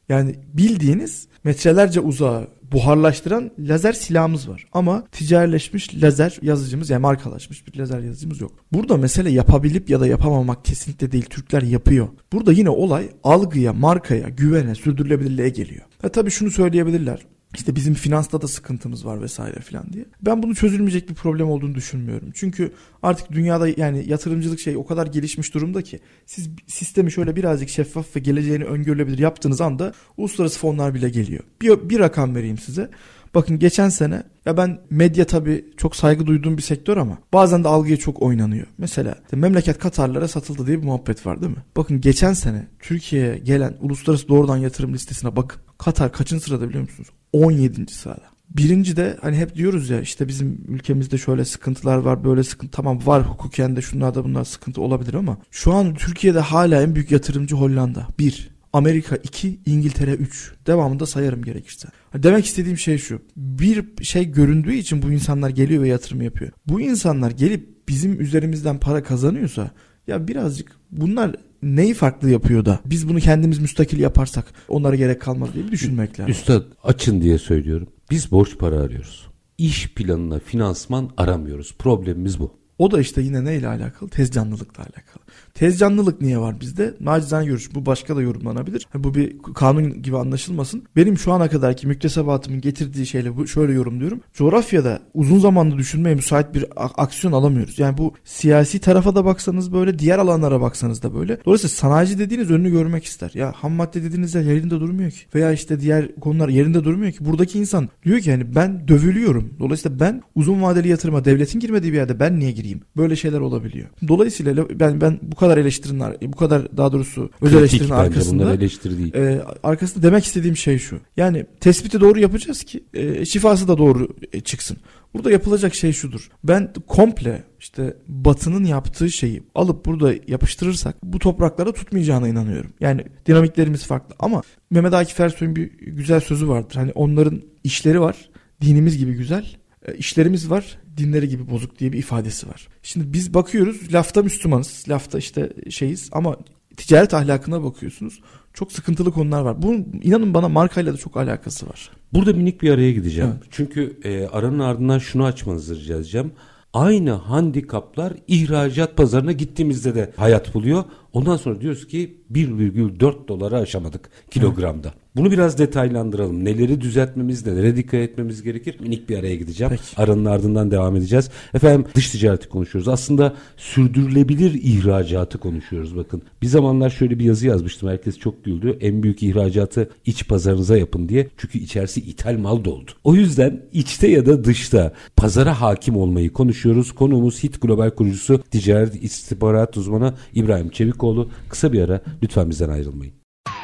Yani bildiğiniz metrelerce uzağa buharlaştıran lazer silahımız var. Ama ticarileşmiş lazer yazıcımız, yani markalaşmış bir lazer yazıcımız yok. Burada mesele yapabilip ya da yapamamak kesinlikle değil. Türkler yapıyor. Burada yine olay algıya, markaya, güvene, sürdürülebilirliğe geliyor. Ha tabii şunu söyleyebilirler. İşte bizim finansta da sıkıntımız var vesaire filan diye. Ben bunu çözülmeyecek bir problem olduğunu düşünmüyorum. Çünkü artık dünyada yani yatırımcılık şey o kadar gelişmiş durumda ki siz sistemi şöyle birazcık şeffaf ve geleceğini öngörülebilir yaptığınız anda uluslararası fonlar bile geliyor. Bir, bir rakam vereyim size. Bakın geçen sene, ya ben medya tabii çok saygı duyduğum bir sektör ama bazen de algıya çok oynanıyor. Mesela memleket Katarlara satıldı diye bir muhabbet var değil mi? Bakın geçen sene Türkiye'ye gelen uluslararası doğrudan yatırım listesine bakın. Katar kaçıncı sırada biliyor musunuz? on yedinci sırada. Birinci de hani hep diyoruz ya işte bizim ülkemizde şöyle sıkıntılar var, böyle sıkıntı, tamam var hukuken de şunlar da bunlar sıkıntı olabilir ama şu an Türkiye'de hala en büyük yatırımcı Hollanda. Bir. Amerika iki, İngiltere üç. Devamında sayarım gerekirse. Demek istediğim şey şu. Bir şey göründüğü için bu insanlar geliyor ve yatırım yapıyor. Bu insanlar gelip bizim üzerimizden para kazanıyorsa ya birazcık bunlar neyi farklı yapıyor da biz bunu kendimiz müstakil yaparsak onlara gerek kalmaz diye bir düşünmek lazım. Üstad açın diye söylüyorum. Biz borç para arıyoruz. İş planına finansman aramıyoruz. Problemimiz bu. O da işte yine neyle alakalı? Tez canlılıkla alakalı. Tez canlılık niye var bizde? Nacizane görüş. Bu başka da yorumlanabilir. Bu bir kanun gibi anlaşılmasın. Benim şu ana kadarki müktesebatımın getirdiği şeyle bu şöyle yorumluyorum. Coğrafyada uzun zamanlı düşünmeye müsait bir aksiyon alamıyoruz. Yani bu siyasi tarafa da baksanız böyle, diğer alanlara baksanız da böyle. Dolayısıyla sanayici dediğiniz önünü görmek ister. Ya ham madde dediğinizde yerinde durmuyor ki. Veya işte diğer konular yerinde durmuyor ki. Buradaki insan diyor ki hani ben dövülüyorum. Dolayısıyla ben uzun vadeli yatırıma, devletin girmediği bir yerde ben niye gireyim? Böyle şeyler olabiliyor. Dolayısıyla ben ben bu kadar eleştirinler, bu kadar daha doğrusu öz eleştirinin arkasında e, arkasında demek istediğim şey şu. Yani tespiti doğru yapacağız ki e, şifası da doğru e, çıksın. Burada yapılacak şey şudur. Ben komple işte Batı'nın yaptığı şeyi alıp burada yapıştırırsak bu topraklara tutmayacağına inanıyorum. Yani dinamiklerimiz farklı ama Mehmet Akif Ersoy'un bir güzel sözü vardır. Hani onların işleri var, dinimiz gibi güzel. E, işlerimiz var, dinleri gibi bozuk diye bir ifadesi var. Şimdi biz bakıyoruz, lafta Müslümanız, lafta işte şeyiz ama ticaret ahlakına bakıyorsunuz. Çok sıkıntılı konular var. Bunun inanın bana markayla da çok alakası var. Burada minik bir araya gideceğim. Evet. Çünkü e, aranın ardından şunu açmanızı rica edeceğim. Aynı handikaplar ihracat pazarına gittiğimizde de hayat buluyor. Ondan sonra diyoruz ki bir virgül dört dolara aşamadık kilogramda. Evet. Bunu biraz detaylandıralım. Neleri düzeltmemiz, nelere dikkat etmemiz gerekir? Minik bir araya gideceğim. Peki. Aranın ardından devam edeceğiz. Efendim dış ticareti konuşuyoruz. Aslında sürdürülebilir ihracatı konuşuyoruz bakın. Bir zamanlar şöyle bir yazı yazmıştım. Herkes çok güldü. En büyük ihracatı iç pazarınıza yapın diye. Çünkü içerisi ithal mal doldu. O yüzden içte ya da dışta pazara hakim olmayı konuşuyoruz. Konuğumuz Hit Global kurucusu, ticaret istihbarat uzmanı İbrahim Çevikoğlu. Kısa bir ara, lütfen bizden ayrılmayın.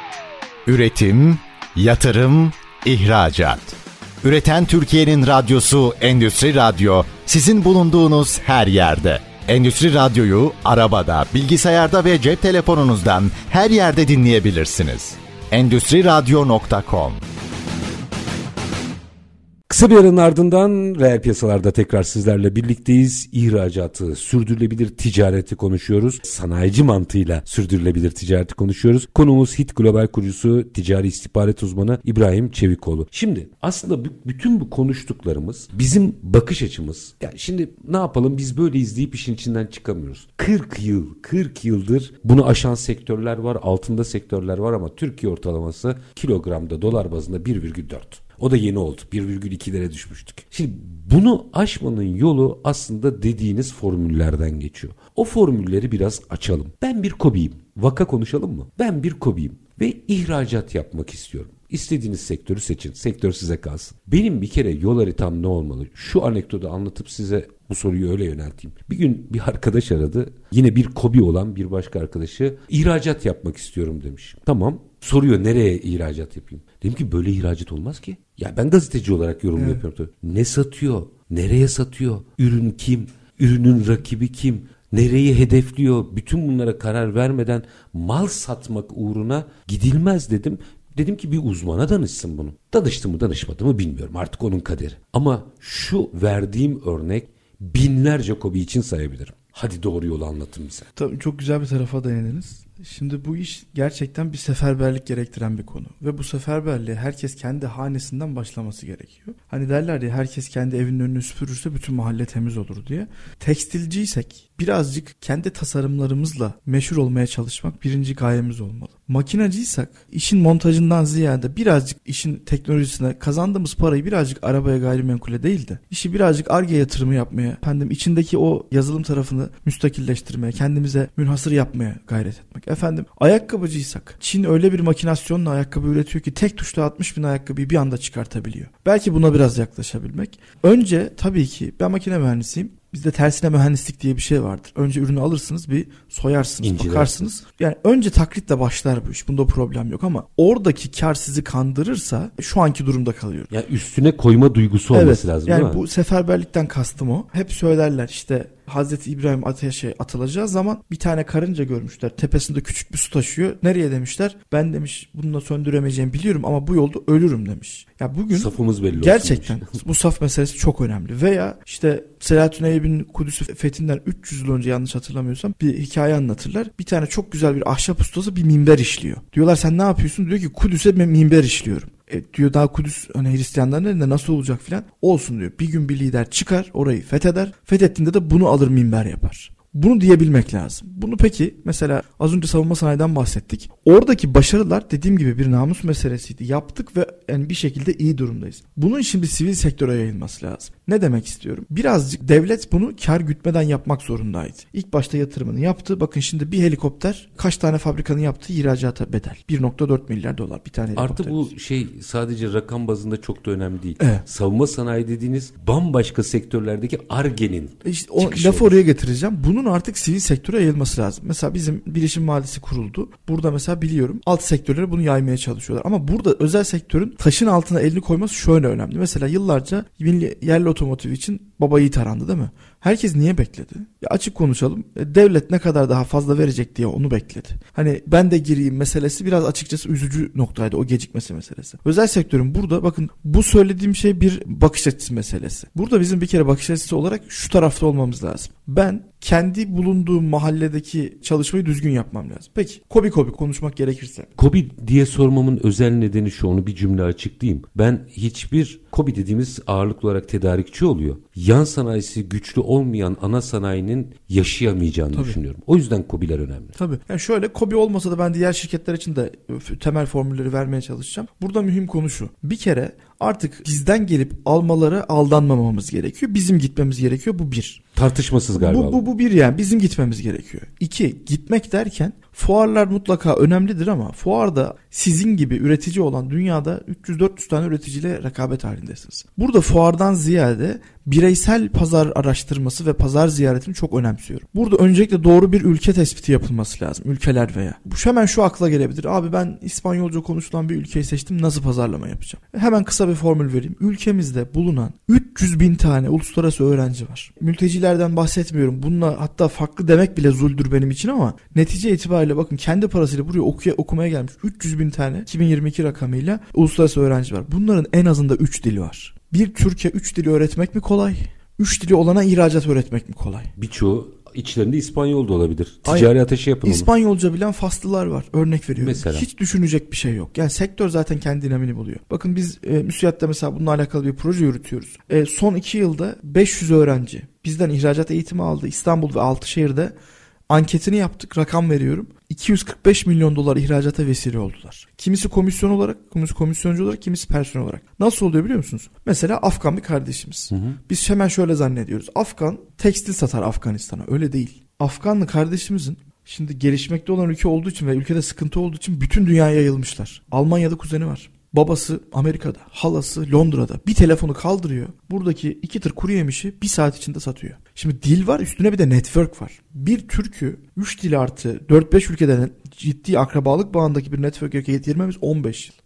Üretim, yatırım, ihracat. Üreten Türkiye'nin radyosu Endüstri Radyo, sizin bulunduğunuz her yerde. Endüstri Radyo'yu arabada, bilgisayarda ve cep telefonunuzdan her yerde dinleyebilirsiniz. endüstri radyo nokta com. Kısa bir aranın ardından reel piyasalarda tekrar sizlerle birlikteyiz. İhracatı, sürdürülebilir ticareti konuşuyoruz. Sanayici mantığıyla sürdürülebilir ticareti konuşuyoruz. Konuğumuz Hit Global kurucusu, ticari istihbarat uzmanı İbrahim Çevikoğlu. Şimdi aslında b- bütün bu konuştuklarımız bizim bakış açımız. Yani şimdi ne yapalım, biz böyle izleyip işin içinden çıkamıyoruz. kırk yıl, kırk yıldır bunu aşan sektörler var, altında sektörler var ama Türkiye ortalaması kilogramda dolar bazında bir virgül dört. O da yeni oldu. bir virgül ikilere düşmüştük. Şimdi bunu aşmanın yolu aslında dediğiniz formüllerden geçiyor. O formülleri biraz açalım. Ben bir KOBİ'yim. Vaka konuşalım mı? Ben bir KOBİ'yim ve ihracat yapmak istiyorum. İstediğiniz sektörü seçin. Sektör size kalsın. Benim bir kere yol haritam ne olmalı? Şu anekdotu anlatıp size bu soruyu öyle yönelteyim. Bir gün bir arkadaş aradı. Yine bir KOBİ olan bir başka arkadaşı, ihracat yapmak istiyorum demiş. Tamam. Soruyor, nereye ihracat yapayım? Dedim ki böyle ihracat olmaz ki. Ya ben gazeteci olarak yorum evet. yapıyorum tabii. Ne satıyor? Nereye satıyor? Ürün kim? Ürünün rakibi kim? Nereyi hedefliyor? Bütün bunlara karar vermeden mal satmak uğruna gidilmez dedim. Dedim ki bir uzmana danışsın bunu. Danıştı mı danışmadı mı bilmiyorum. Artık onun kaderi. Ama şu verdiğim örnek binlerce KOBİ için sayabilirim. Hadi doğru yolu anlatın bize. Tabii çok güzel bir tarafa değindiniz. Şimdi bu iş gerçekten bir seferberlik gerektiren bir konu. Ve bu seferberliğe herkes kendi hanesinden başlaması gerekiyor. Hani derler ya, herkes kendi evinin önünü süpürürse bütün mahalle temiz olur diye. Tekstilciysek birazcık kendi tasarımlarımızla meşhur olmaya çalışmak birinci gayemiz olmalı. Makinacıysak işin montajından ziyade birazcık işin teknolojisine, kazandığımız parayı birazcık arabaya, gayrimenkule değil de işi birazcık Ar-Ge yatırımı yapmaya, efendim içindeki o yazılım tarafını müstakilleştirmeye, kendimize münhasır yapmaya gayret etmek. Efendim ayakkabıcıysak Çin öyle bir makinasyonla ayakkabı üretiyor ki tek tuşla altmış bin ayakkabıyı bir anda çıkartabiliyor. Belki buna biraz yaklaşabilmek. Önce tabii ki ben makine mühendisiyim. Bizde tersine mühendislik diye bir şey vardır. Önce ürünü alırsınız, bir soyarsınız, İnciler. bakarsınız. Yani önce taklitle başlar bu iş. Bunda problem yok ama oradaki kar sizi kandırırsa şu anki durumda kalıyor. Yani üstüne koyma duygusu olması evet, lazım yani değil mi? Bu seferberlikten kastım o. Hep söylerler işte Hazreti İbrahim ateşe atılacağı zaman bir tane karınca görmüşler. Tepesinde küçük bir su taşıyor. Nereye demişler? Ben demiş bununla söndüremeyeceğimi biliyorum ama bu yolda ölürüm demiş. Ya bugün safımız belli gerçekten bu saf meselesi çok önemli. Veya işte Selahattin Eyyubi'nin Kudüs'ü fethinden üç yüz yıl önce, yanlış hatırlamıyorsam, bir hikaye anlatırlar. Bir tane çok güzel bir ahşap ustası bir minber işliyor. Diyorlar sen ne yapıyorsun? Diyor ki Kudüs'e minber işliyorum. E, diyor daha Kudüs hani Hristiyanların elinde nasıl olacak filan. Olsun diyor. Bir gün bir lider çıkar, orayı fetheder. Fethettiğinde de bunu alır minber yapar. Bunu diyebilmek lazım. Bunu peki mesela az önce savunma sanayiden bahsettik. Oradaki başarılar dediğim gibi bir namus meselesiydi. Yaptık ve yani bir şekilde iyi durumdayız. Bunun şimdi sivil sektöre yayılması lazım. Ne demek istiyorum? Birazcık devlet bunu kar gütmeden yapmak zorundaydı. İlk başta yatırımını yaptı. Bakın şimdi bir helikopter kaç tane fabrikanın yaptığı ihracata bedel. bir nokta dört milyar dolar bir tane helikopter. Artı bu şey sadece rakam bazında çok da önemli değil. Evet. Savunma sanayi dediğiniz bambaşka sektörlerdeki Ar-Ge'nin işte o lafı oraya getireceğim. Bunun artık sivil sektöre yayılması lazım. Mesela bizim bilişim vadisi kuruldu. Burada mesela biliyorum alt sektörlere bunu yaymaya çalışıyorlar. Ama burada özel sektörün taşın altına elini koyması şöyle önemli. Mesela yıllarca yerli otomotiv için baba yiğit arandı değil mi? Herkes niye bekledi? Ya açık konuşalım. Devlet ne kadar daha fazla verecek diye onu bekledi. Hani ben de gireyim meselesi biraz açıkçası üzücü noktaydı, o gecikmesi meselesi. Özel sektörün burada, bakın bu söylediğim şey bir bakış açısı meselesi. Burada bizim bir kere bakış açısı olarak şu tarafta olmamız lazım. Ben kendi bulunduğum mahalledeki çalışmayı düzgün yapmam lazım. Peki kobi kobi konuşmak gerekirse. Kobi diye sormamın özel nedeni şu, onu bir cümle açıklayayım. Ben hiçbir kobi dediğimiz ağırlıklı olarak tedarikçi oluyor. Yan sanayisi güçlü olmayan ana sanayinin yaşayamayacağını Tabii. düşünüyorum. O yüzden kobiler önemli. Tabii. Yani şöyle, kobi olmasa da ben diğer şirketler için de temel formülleri vermeye çalışacağım. Burada mühim konu şu. Bir kere artık bizden gelip almalara aldanmamamız gerekiyor. Bizim gitmemiz gerekiyor. Bu bir. Tartışmasız galiba. Bu, bu, bu bir yani. Bizim gitmemiz gerekiyor. İki, gitmek derken fuarlar mutlaka önemlidir ama fuarda sizin gibi üretici olan dünyada üç yüz dört yüz tane üreticiyle rekabet halindesiniz. Burada fuardan ziyade bireysel pazar araştırması ve pazar ziyaretini çok önemsiyorum. Burada öncelikle doğru bir ülke tespiti yapılması lazım. Ülkeler veya. Hemen şu akla gelebilir. Abi ben İspanyolca konuşulan bir ülkeyi seçtim. Nasıl pazarlama yapacağım? Hemen kısa bir formül vereyim. Ülkemizde bulunan üç yüz bin tane uluslararası öğrenci var. Mültecilerden bahsetmiyorum. Bununla hatta farklı demek bile zuldür benim için ama netice itibariyle bakın kendi parasıyla buraya okuya, okumaya gelmiş üç yüz bin tane iki bin yirmi iki rakamıyla uluslararası öğrenci var. Bunların en azında üç dili var. Bir Türkiye üç dili öğretmek mi kolay? üç dili olana ihracat öğretmek mi kolay? Birçoğu içlerinde İspanyol da olabilir. Ticari Hayır, ateşi yapın onu. İspanyolca bilen Faslılar var. Örnek veriyorum. Mesela. Hiç düşünecek bir şey yok. Yani sektör zaten kendi dinamini buluyor. Bakın biz e, MÜSİAD'da mesela bununla alakalı bir proje yürütüyoruz. E, son iki yılda beş yüz öğrenci bizden ihracat eğitimi aldı. İstanbul ve altı şehirde anketini yaptık. Rakam veriyorum. iki yüz kırk beş milyon dolar ihracata vesile oldular. Kimisi komisyon olarak, kimisi komisyoncu olarak, kimisi personel olarak. Nasıl oluyor biliyor musunuz? Mesela Afgan bir kardeşimiz. Hı hı. Biz hemen şöyle zannediyoruz. Afgan tekstil satar Afganistan'a. Öyle değil. Afganlı kardeşimizin şimdi gelişmekte olan ülke olduğu için ve ülkede sıkıntı olduğu için bütün dünyaya yayılmışlar. Almanya'da kuzeni var. Babası Amerika'da, halası Londra'da. Bir telefonu kaldırıyor. Buradaki iki tır kuru yemişi bir saat içinde satıyor. Şimdi dil var, üstüne bir de network var. Bir Türk'ü üç dil artı dört beş ülkeden ciddi akrabalık bağındaki bir network'e getirmemiz on beş yıl.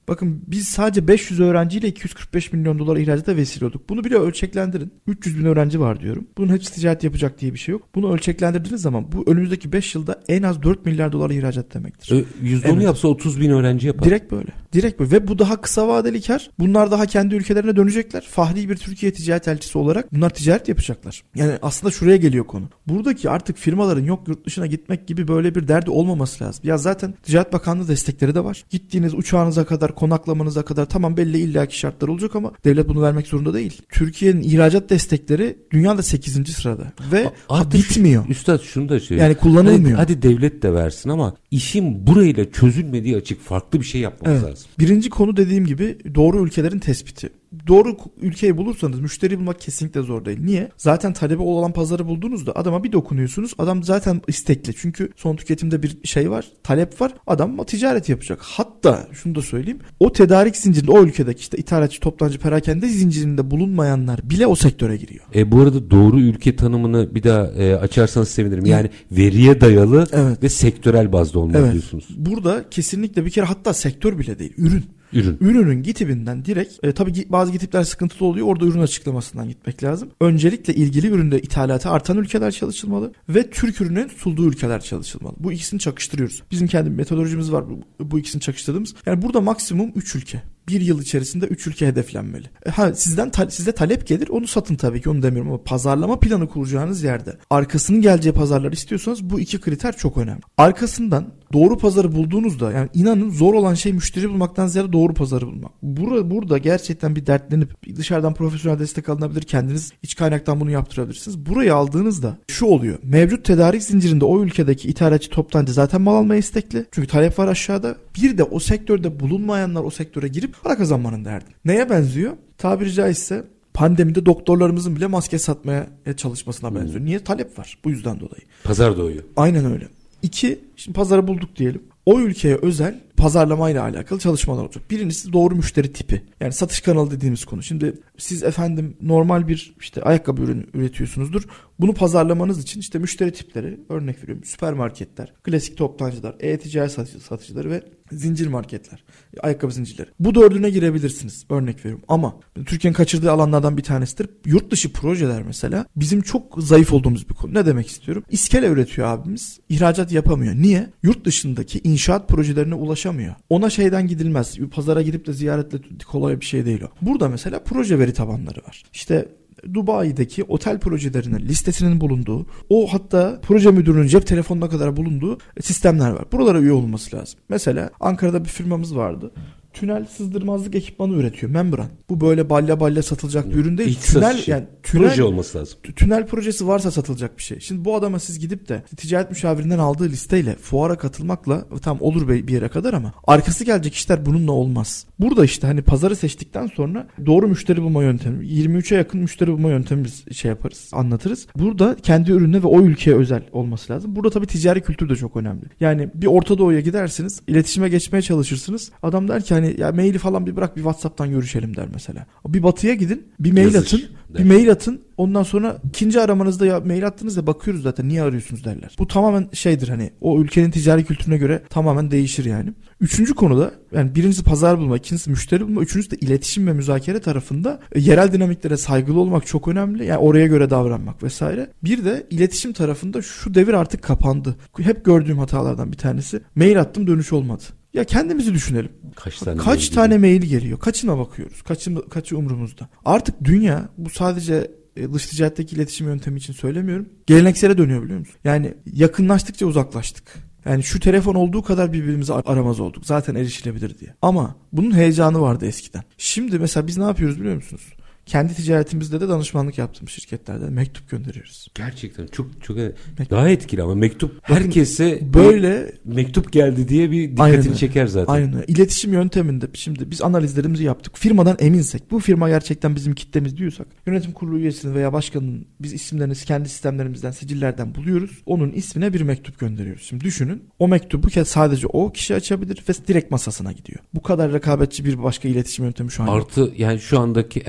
Bakın biz sadece beş yüz öğrenciyle iki yüz kırk beş milyon dolar ihracata vesile olduk. Bunu bile ölçeklendirin. üç yüz bin öğrenci var diyorum. Bunun hepsi ticaret yapacak diye bir şey yok. Bunu ölçeklendirdiğiniz zaman bu önümüzdeki beş yılda en az dört milyar dolar ihracat demektir. yüzde onu evet. Yapsa otuz bin öğrenci yapar. Direkt böyle. Direkt böyle. Ve bu daha kısa vadeli kar. Bunlar daha kendi ülkelerine dönecekler. Fahri bir Türkiye ticaret elçisi olarak bunlar ticaret yapacaklar. Yani aslında şuraya geliyor konu. Buradaki artık firmaların yok yurt dışına gitmek gibi böyle bir derdi olmaması lazım. Ya zaten Ticaret Bakanlığı destekleri de var. Gittiğiniz uçağınıza kadar, konaklamanıza kadar tamam belli illaki şartlar olacak ama devlet bunu vermek zorunda değil. Türkiye'nin ihracat destekleri dünyada sekizinci sırada. Ve artık bitmiyor. Üstad şunu da şey. Yani kullanılmıyor. Hadi, hadi devlet de versin ama işin burayla çözülmediği açık, farklı bir şey yapmamız evet. lazım. Birinci konu dediğim gibi doğru ülkelerin tespiti. Doğru ülkeyi bulursanız müşteri bulmak kesinlikle zor değil. Niye? Zaten talebi olan pazarı bulduğunuzda adama bir dokunuyorsunuz. Adam zaten istekli. Çünkü son tüketimde bir şey var. Talep var. Adam ticaret yapacak. Hatta şunu da söyleyeyim. O tedarik zincirinde o ülkedeki işte ithalatçı, toptancı, perakende zincirinde bulunmayanlar bile o sektöre giriyor. E bu arada doğru ülke tanımını bir daha e, açarsanız sevinirim. Yani evet. veriye dayalı evet. ve sektörel bazda olmalı evet. diyorsunuz. Burada kesinlikle bir kere hatta sektör bile değil. Ürün. Ürün. Ürünün gitibinden direkt e, tabii bazı gitipler sıkıntılı oluyor. Orada ürün açıklamasından gitmek lazım. Öncelikle ilgili üründe ithalatı artan ülkeler çalışılmalı ve Türk ürünün sunduğu ülkeler çalışılmalı. Bu ikisini çakıştırıyoruz. Bizim kendi metodolojimiz var bu, bu ikisini çakıştırdığımız. Yani burada maksimum üç ülke. Bir yıl içerisinde üç ülke hedeflenmeli. E, ha sizden ta, size talep gelir, onu satın tabii ki, onu demiyorum ama pazarlama planı kuracağınız yerde arkasının geleceği pazarlar istiyorsanız bu iki kriter çok önemli. Arkasından doğru pazarı bulduğunuzda, yani inanın zor olan şey müşteri bulmaktan ziyade doğru pazarı bulmak. Burada, burada gerçekten bir dertlenip dışarıdan profesyonel destek alınabilir, kendiniz iç kaynaktan bunu yaptırabilirsiniz. Burayı aldığınızda şu oluyor. Mevcut tedarik zincirinde o ülkedeki ithalatçı, toptancı zaten mal almaya istekli. Çünkü talep var aşağıda. Bir de o sektörde bulunmayanlar o sektöre girip para kazanmanın derdi. Neye benziyor? Tabiri caizse pandemide doktorlarımızın bile maske satmaya çalışmasına benziyor. Hmm. Niye? Talep var. Bu yüzden dolayı. Pazar doğuyor. Aynen öyle. İki, şimdi pazarı bulduk diyelim. O ülkeye özel pazarlamayla alakalı çalışmalar olacak. Birincisi doğru müşteri tipi. Yani satış kanalı dediğimiz konu. Şimdi siz efendim normal bir işte ayakkabı ürünü üretiyorsunuzdur. Bunu pazarlamanız için işte müşteri tipleri, örnek veriyorum, süpermarketler, klasik toptancılar, e-ticaret satıcıları ve zincir marketler, ayakkabı zincirleri. Bu dördüne girebilirsiniz, örnek veriyorum. Ama Türkiye'nin kaçırdığı alanlardan bir tanesidir. Yurt dışı projeler mesela bizim çok zayıf olduğumuz bir konu. Ne demek istiyorum? İskele üretiyor abimiz. İhracat yapamıyor. Niye? Yurt dışındaki inşaat projelerine ulaşamıyor. Ona şeyden gidilmez. Pazara gidip de ziyaretle kolay bir şey değil o. Burada mesela proje veri tabanları var. İşte Dubai'deki otel projelerinin listesinin bulunduğu, o hatta proje müdürünün cep telefonuna kadar bulunduğu sistemler var. Buralara üye olması lazım. Mesela Ankara'da bir firmamız vardı. Tünel sızdırmazlık ekipmanı üretiyor. Membran. Bu böyle balya balya satılacak bir ürün değil. İç tünel satışı. yani tünel, proje olması lazım. Tünel projesi varsa satılacak bir şey. Şimdi bu adama siz gidip de ticaret müşavirinden aldığı listeyle fuara katılmakla tam olur bir yere kadar ama arkası gelecek işler bununla olmaz. Burada işte hani pazarı seçtikten sonra doğru müşteri bulma yöntemi, yirmi üçe yakın müşteri bulma yöntemi biz şey yaparız, anlatırız. Burada kendi ürününe ve o ülkeye özel olması lazım. Burada tabii ticari kültür de çok önemli. Yani bir Orta Doğu'ya gidersiniz, iletişime geçmeye çalışırsınız. Adam der ki hani ya maili falan bir bırak, bir WhatsApp'tan görüşelim der mesela. Bir Batı'ya gidin, bir mail Yazış, atın, der. bir mail atın. Ondan sonra ikinci aramanızda ya mail attığınızda bakıyoruz zaten, niye arıyorsunuz derler. Bu tamamen şeydir, hani o ülkenin ticari kültürüne göre tamamen değişir yani. Üçüncü konuda, yani birincisi pazar bulma, ikincisi müşteri bulma, üçüncüsü de iletişim ve müzakere tarafında e, yerel dinamiklere saygılı olmak çok önemli. Yani oraya göre davranmak vesaire. Bir de iletişim tarafında şu devir artık kapandı. Hep gördüğüm hatalardan bir tanesi. Mail attım, dönüş olmadı. Ya kendimizi düşünelim. Kaç tane, Kaç mail, tane mail geliyor? Kaçına bakıyoruz? Kaçı, kaçı umurumuzda? Artık dünya, bu sadece dış ticaretteki iletişim yöntemi için söylemiyorum, geleneksele dönüyor, biliyor musun? Yani yakınlaştıkça uzaklaştık. Yani şu telefon olduğu kadar birbirimizi aramaz olduk. Zaten erişilebilir diye. Ama bunun heyecanı vardı eskiden. Şimdi mesela biz ne yapıyoruz biliyor musunuz? Kendi ticaretimizde de danışmanlık yaptığım şirketlerde mektup gönderiyoruz. Gerçekten çok çok mektup. Daha etkili ama mektup herkese böyle mektup geldi diye bir dikkatini aynen, çeker zaten. Aynen öyle. İletişim yönteminde şimdi biz analizlerimizi yaptık. Firmadan eminsek, bu firma gerçekten bizim kitlemiz diyorsak, yönetim kurulu üyesinin veya başkanının biz isimlerini kendi sistemlerimizden, sicillerden buluyoruz. Onun ismine bir mektup gönderiyoruz. Şimdi düşünün, o mektubu sadece o kişi açabilir ve direkt masasına gidiyor. Bu kadar rekabetçi bir başka iletişim yöntemi şu an Artı yok. Yani şu andaki herkes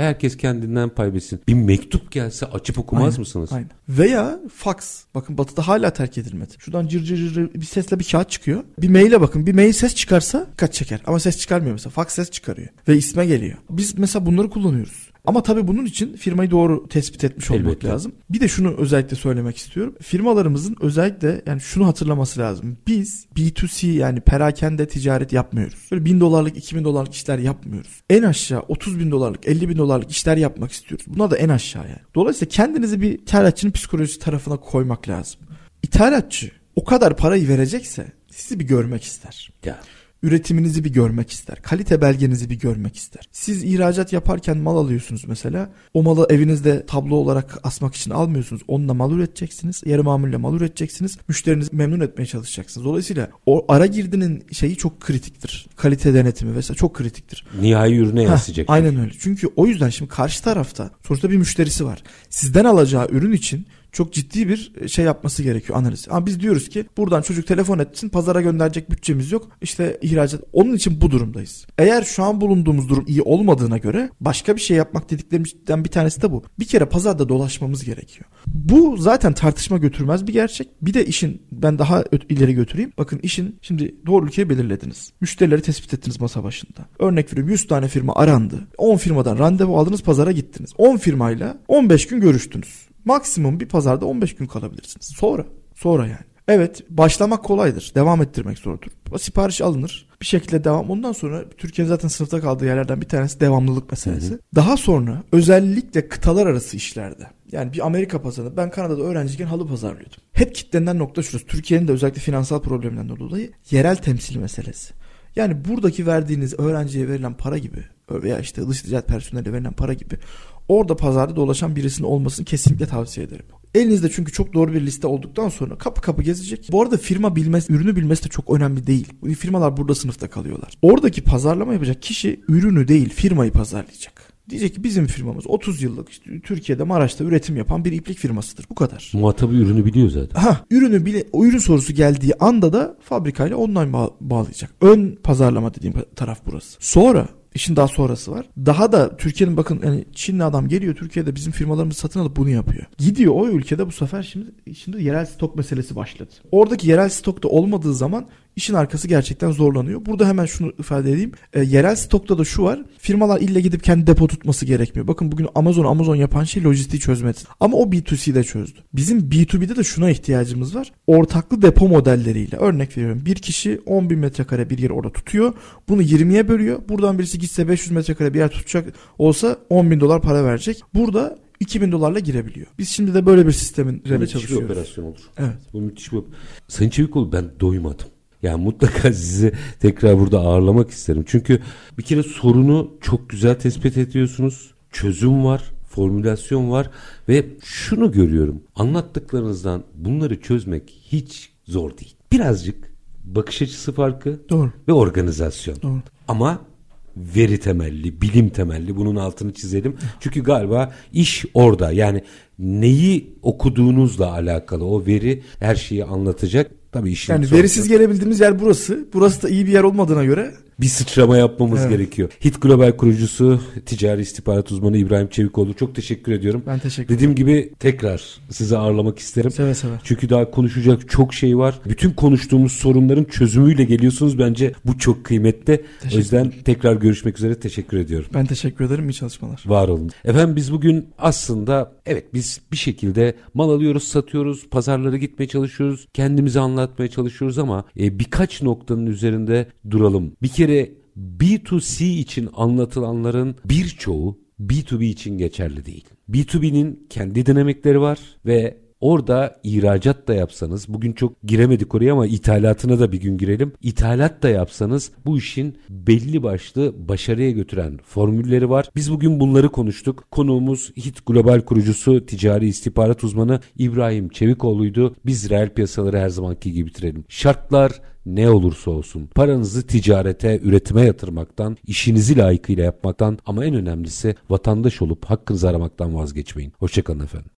kendinden pay bilsin. Bir mektup gelse açıp okumaz aynen, mısınız? Aynen. Veya fax. Bakın Batı'da hala terk edilmedi. Şuradan cır cır cır bir sesle bir kağıt çıkıyor. Bir maile bakın. Bir mail ses çıkarsa dikkat çeker. Ama ses çıkarmıyor mesela. Fax ses çıkarıyor. Ve isme geliyor. Biz mesela bunları kullanıyoruz. Ama tabii bunun için firmayı doğru tespit etmiş olmak Elbette. lazım. Bir de şunu özellikle söylemek istiyorum. Firmalarımızın özellikle yani şunu hatırlaması lazım. Biz B iki C yani perakende ticaret yapmıyoruz. Böyle bin dolarlık, iki bin dolarlık işler yapmıyoruz. En aşağı otuz bin dolarlık, elli bin dolarlık işler yapmak istiyoruz. Buna da en aşağı yani. Dolayısıyla kendinizi bir ithalatçının psikolojisi tarafına koymak lazım. İthalatçı o kadar parayı verecekse sizi bir görmek ister. Ya. Üretiminizi bir görmek ister. Kalite belgenizi bir görmek ister. Siz ihracat yaparken mal alıyorsunuz mesela. O malı evinizde tablo olarak asmak için almıyorsunuz. Onunla mal üreteceksiniz. Yarı mamulle mal üreteceksiniz. Müşterinizi memnun etmeye çalışacaksınız. Dolayısıyla o ara girdinin şeyi çok kritiktir. Kalite denetimi vesaire çok kritiktir. Nihai ürüne yansıyacak. Aynen öyle. Çünkü o yüzden şimdi karşı tarafta sonuçta bir müşterisi var. Sizden alacağı ürün için çok ciddi bir şey yapması gerekiyor, analiz. Ama biz diyoruz ki buradan çocuk telefon etsin, pazara gönderecek bütçemiz yok. İşte ihracat. Onun için bu durumdayız. Eğer şu an bulunduğumuz durum iyi olmadığına göre başka bir şey yapmak dediklerimizden bir tanesi de bu. Bir kere pazarda dolaşmamız gerekiyor. Bu zaten tartışma götürmez bir gerçek. Bir de işin ben daha ileri götüreyim. Bakın işin şimdi doğru ülkeyi belirlediniz. Müşterileri tespit ettiniz masa başında. Örnek veriyorum yüz tane firma arandı. on firmadan randevu aldınız, pazara gittiniz. on firmayla on beş gün görüştünüz. Maksimum bir pazarda on beş gün kalabilirsiniz. Sonra, sonra yani. Evet, başlamak kolaydır. Devam ettirmek zordur. Sipariş alınır. Bir şekilde devam. Ondan sonra Türkiye'nin zaten sınıfta kaldığı yerlerden bir tanesi devamlılık meselesi. Hı hı. Daha sonra özellikle kıtalar arası işlerde. Yani bir Amerika pazarında, ben Kanada'da öğrenciyken halı pazarlıyordum. Hep kitlenen nokta şurası. Türkiye'nin de özellikle finansal probleminden dolayı yerel temsil meselesi. Yani buradaki verdiğiniz öğrenciye verilen para gibi veya işte dış ticaret personeline verilen para gibi orada pazarda dolaşan birisinin olmasını kesinlikle tavsiye ederim. Elinizde çünkü çok doğru bir liste olduktan sonra kapı kapı gezecek. Bu arada firma bilmesi, ürünü bilmesi de çok önemli değil. Firmalar burada sınıfta kalıyorlar. Oradaki pazarlama yapacak kişi ürünü değil, firmayı pazarlayacak. Diyecek ki bizim firmamız otuz yıllık işte Türkiye'de Maraş'ta üretim yapan bir iplik firmasıdır. Bu kadar. Muhatabı ürünü biliyor zaten. Ha, ürünü bile, o ürün sorusu geldiği anda da fabrikayla online bağ- bağlayacak. Ön pazarlama dediğim taraf burası. Sonra İşin daha sonrası var. Daha da Türkiye'nin bakın yani Çinli adam geliyor Türkiye'de bizim firmalarımızı satın alıp bunu yapıyor. Gidiyor o ülkede bu sefer şimdi şimdi yerel stok meselesi başladı. Oradaki yerel stokta olmadığı zaman işin arkası gerçekten zorlanıyor. Burada hemen şunu ifade edeyim. E, yerel stokta da şu var. Firmalar ille gidip kendi depo tutması gerekmiyor. Bakın bugün Amazon Amazon yapan şey lojistiği çözmedi. Ama o B iki C'de çözdü. Bizim B iki B'de de şuna ihtiyacımız var. Ortaklı depo modelleriyle. Örnek veriyorum. Bir kişi on bin metrekare bir yer orada tutuyor. Bunu yirmiye bölüyor. Buradan birisi gitse beş yüz metrekare bir yer tutacak olsa on bin dolar para verecek. Burada iki bin dolarla girebiliyor. Biz şimdi de böyle bir sistemin üzerine çalışıyoruz. Müthiş bir operasyon olur. Evet. Bu müthiş bir. Sayın Çevikoğlu, ben doymadım. Yani mutlaka sizi tekrar burada ağırlamak isterim. Çünkü bir kere sorunu çok güzel tespit ediyorsunuz. Çözüm var, formülasyon var ve şunu görüyorum. Anlattıklarınızdan bunları çözmek hiç zor değil. Birazcık bakış açısı farkı Doğru. ve organizasyon. Doğru. Ama veri temelli, bilim temelli, bunun altını çizelim. Çünkü galiba iş orada. Yani neyi okuduğunuzla alakalı o veri her şeyi anlatacak. Tabii işin yani verisiz gelebildiğimiz yer burası. Burası da iyi bir yer olmadığına göre bir sıçrama yapmamız evet. gerekiyor. Hit Global kurucusu, ticari istihbarat uzmanı İbrahim Çevikoğlu, çok teşekkür ediyorum. Ben teşekkür ederim. Dediğim gibi tekrar sizi ağırlamak isterim. Seve seve. Çünkü daha konuşacak çok şey var. Bütün konuştuğumuz sorunların çözümüyle geliyorsunuz. Bence bu çok kıymetli. O yüzden tekrar görüşmek üzere, teşekkür ediyorum. Ben teşekkür ederim. İyi çalışmalar. Var olun. Efendim biz bugün aslında evet biz bir şekilde mal alıyoruz, satıyoruz, pazarlara gitmeye çalışıyoruz, kendimizi anlatmaya çalışıyoruz ama e, birkaç noktanın üzerinde duralım. Bir kere B iki C için anlatılanların birçoğu B iki B için geçerli değil. B iki B'nin kendi dinamikleri var ve orada ihracat da yapsanız, bugün çok giremedik oraya ama ithalatına da bir gün girelim. İthalat da yapsanız bu işin belli başlı başarıya götüren formülleri var. Biz bugün bunları konuştuk. Konuğumuz Hit Global kurucusu, ticari istihbarat uzmanı İbrahim Çevikoğlu'ydu. Biz reel piyasaları her zamanki gibi bitirelim. Şartlar ne olursa olsun paranızı ticarete, üretime yatırmaktan, işinizi layıkıyla yapmaktan ama en önemlisi vatandaş olup hakkınızı aramaktan vazgeçmeyin. Hoşçakalın efendim.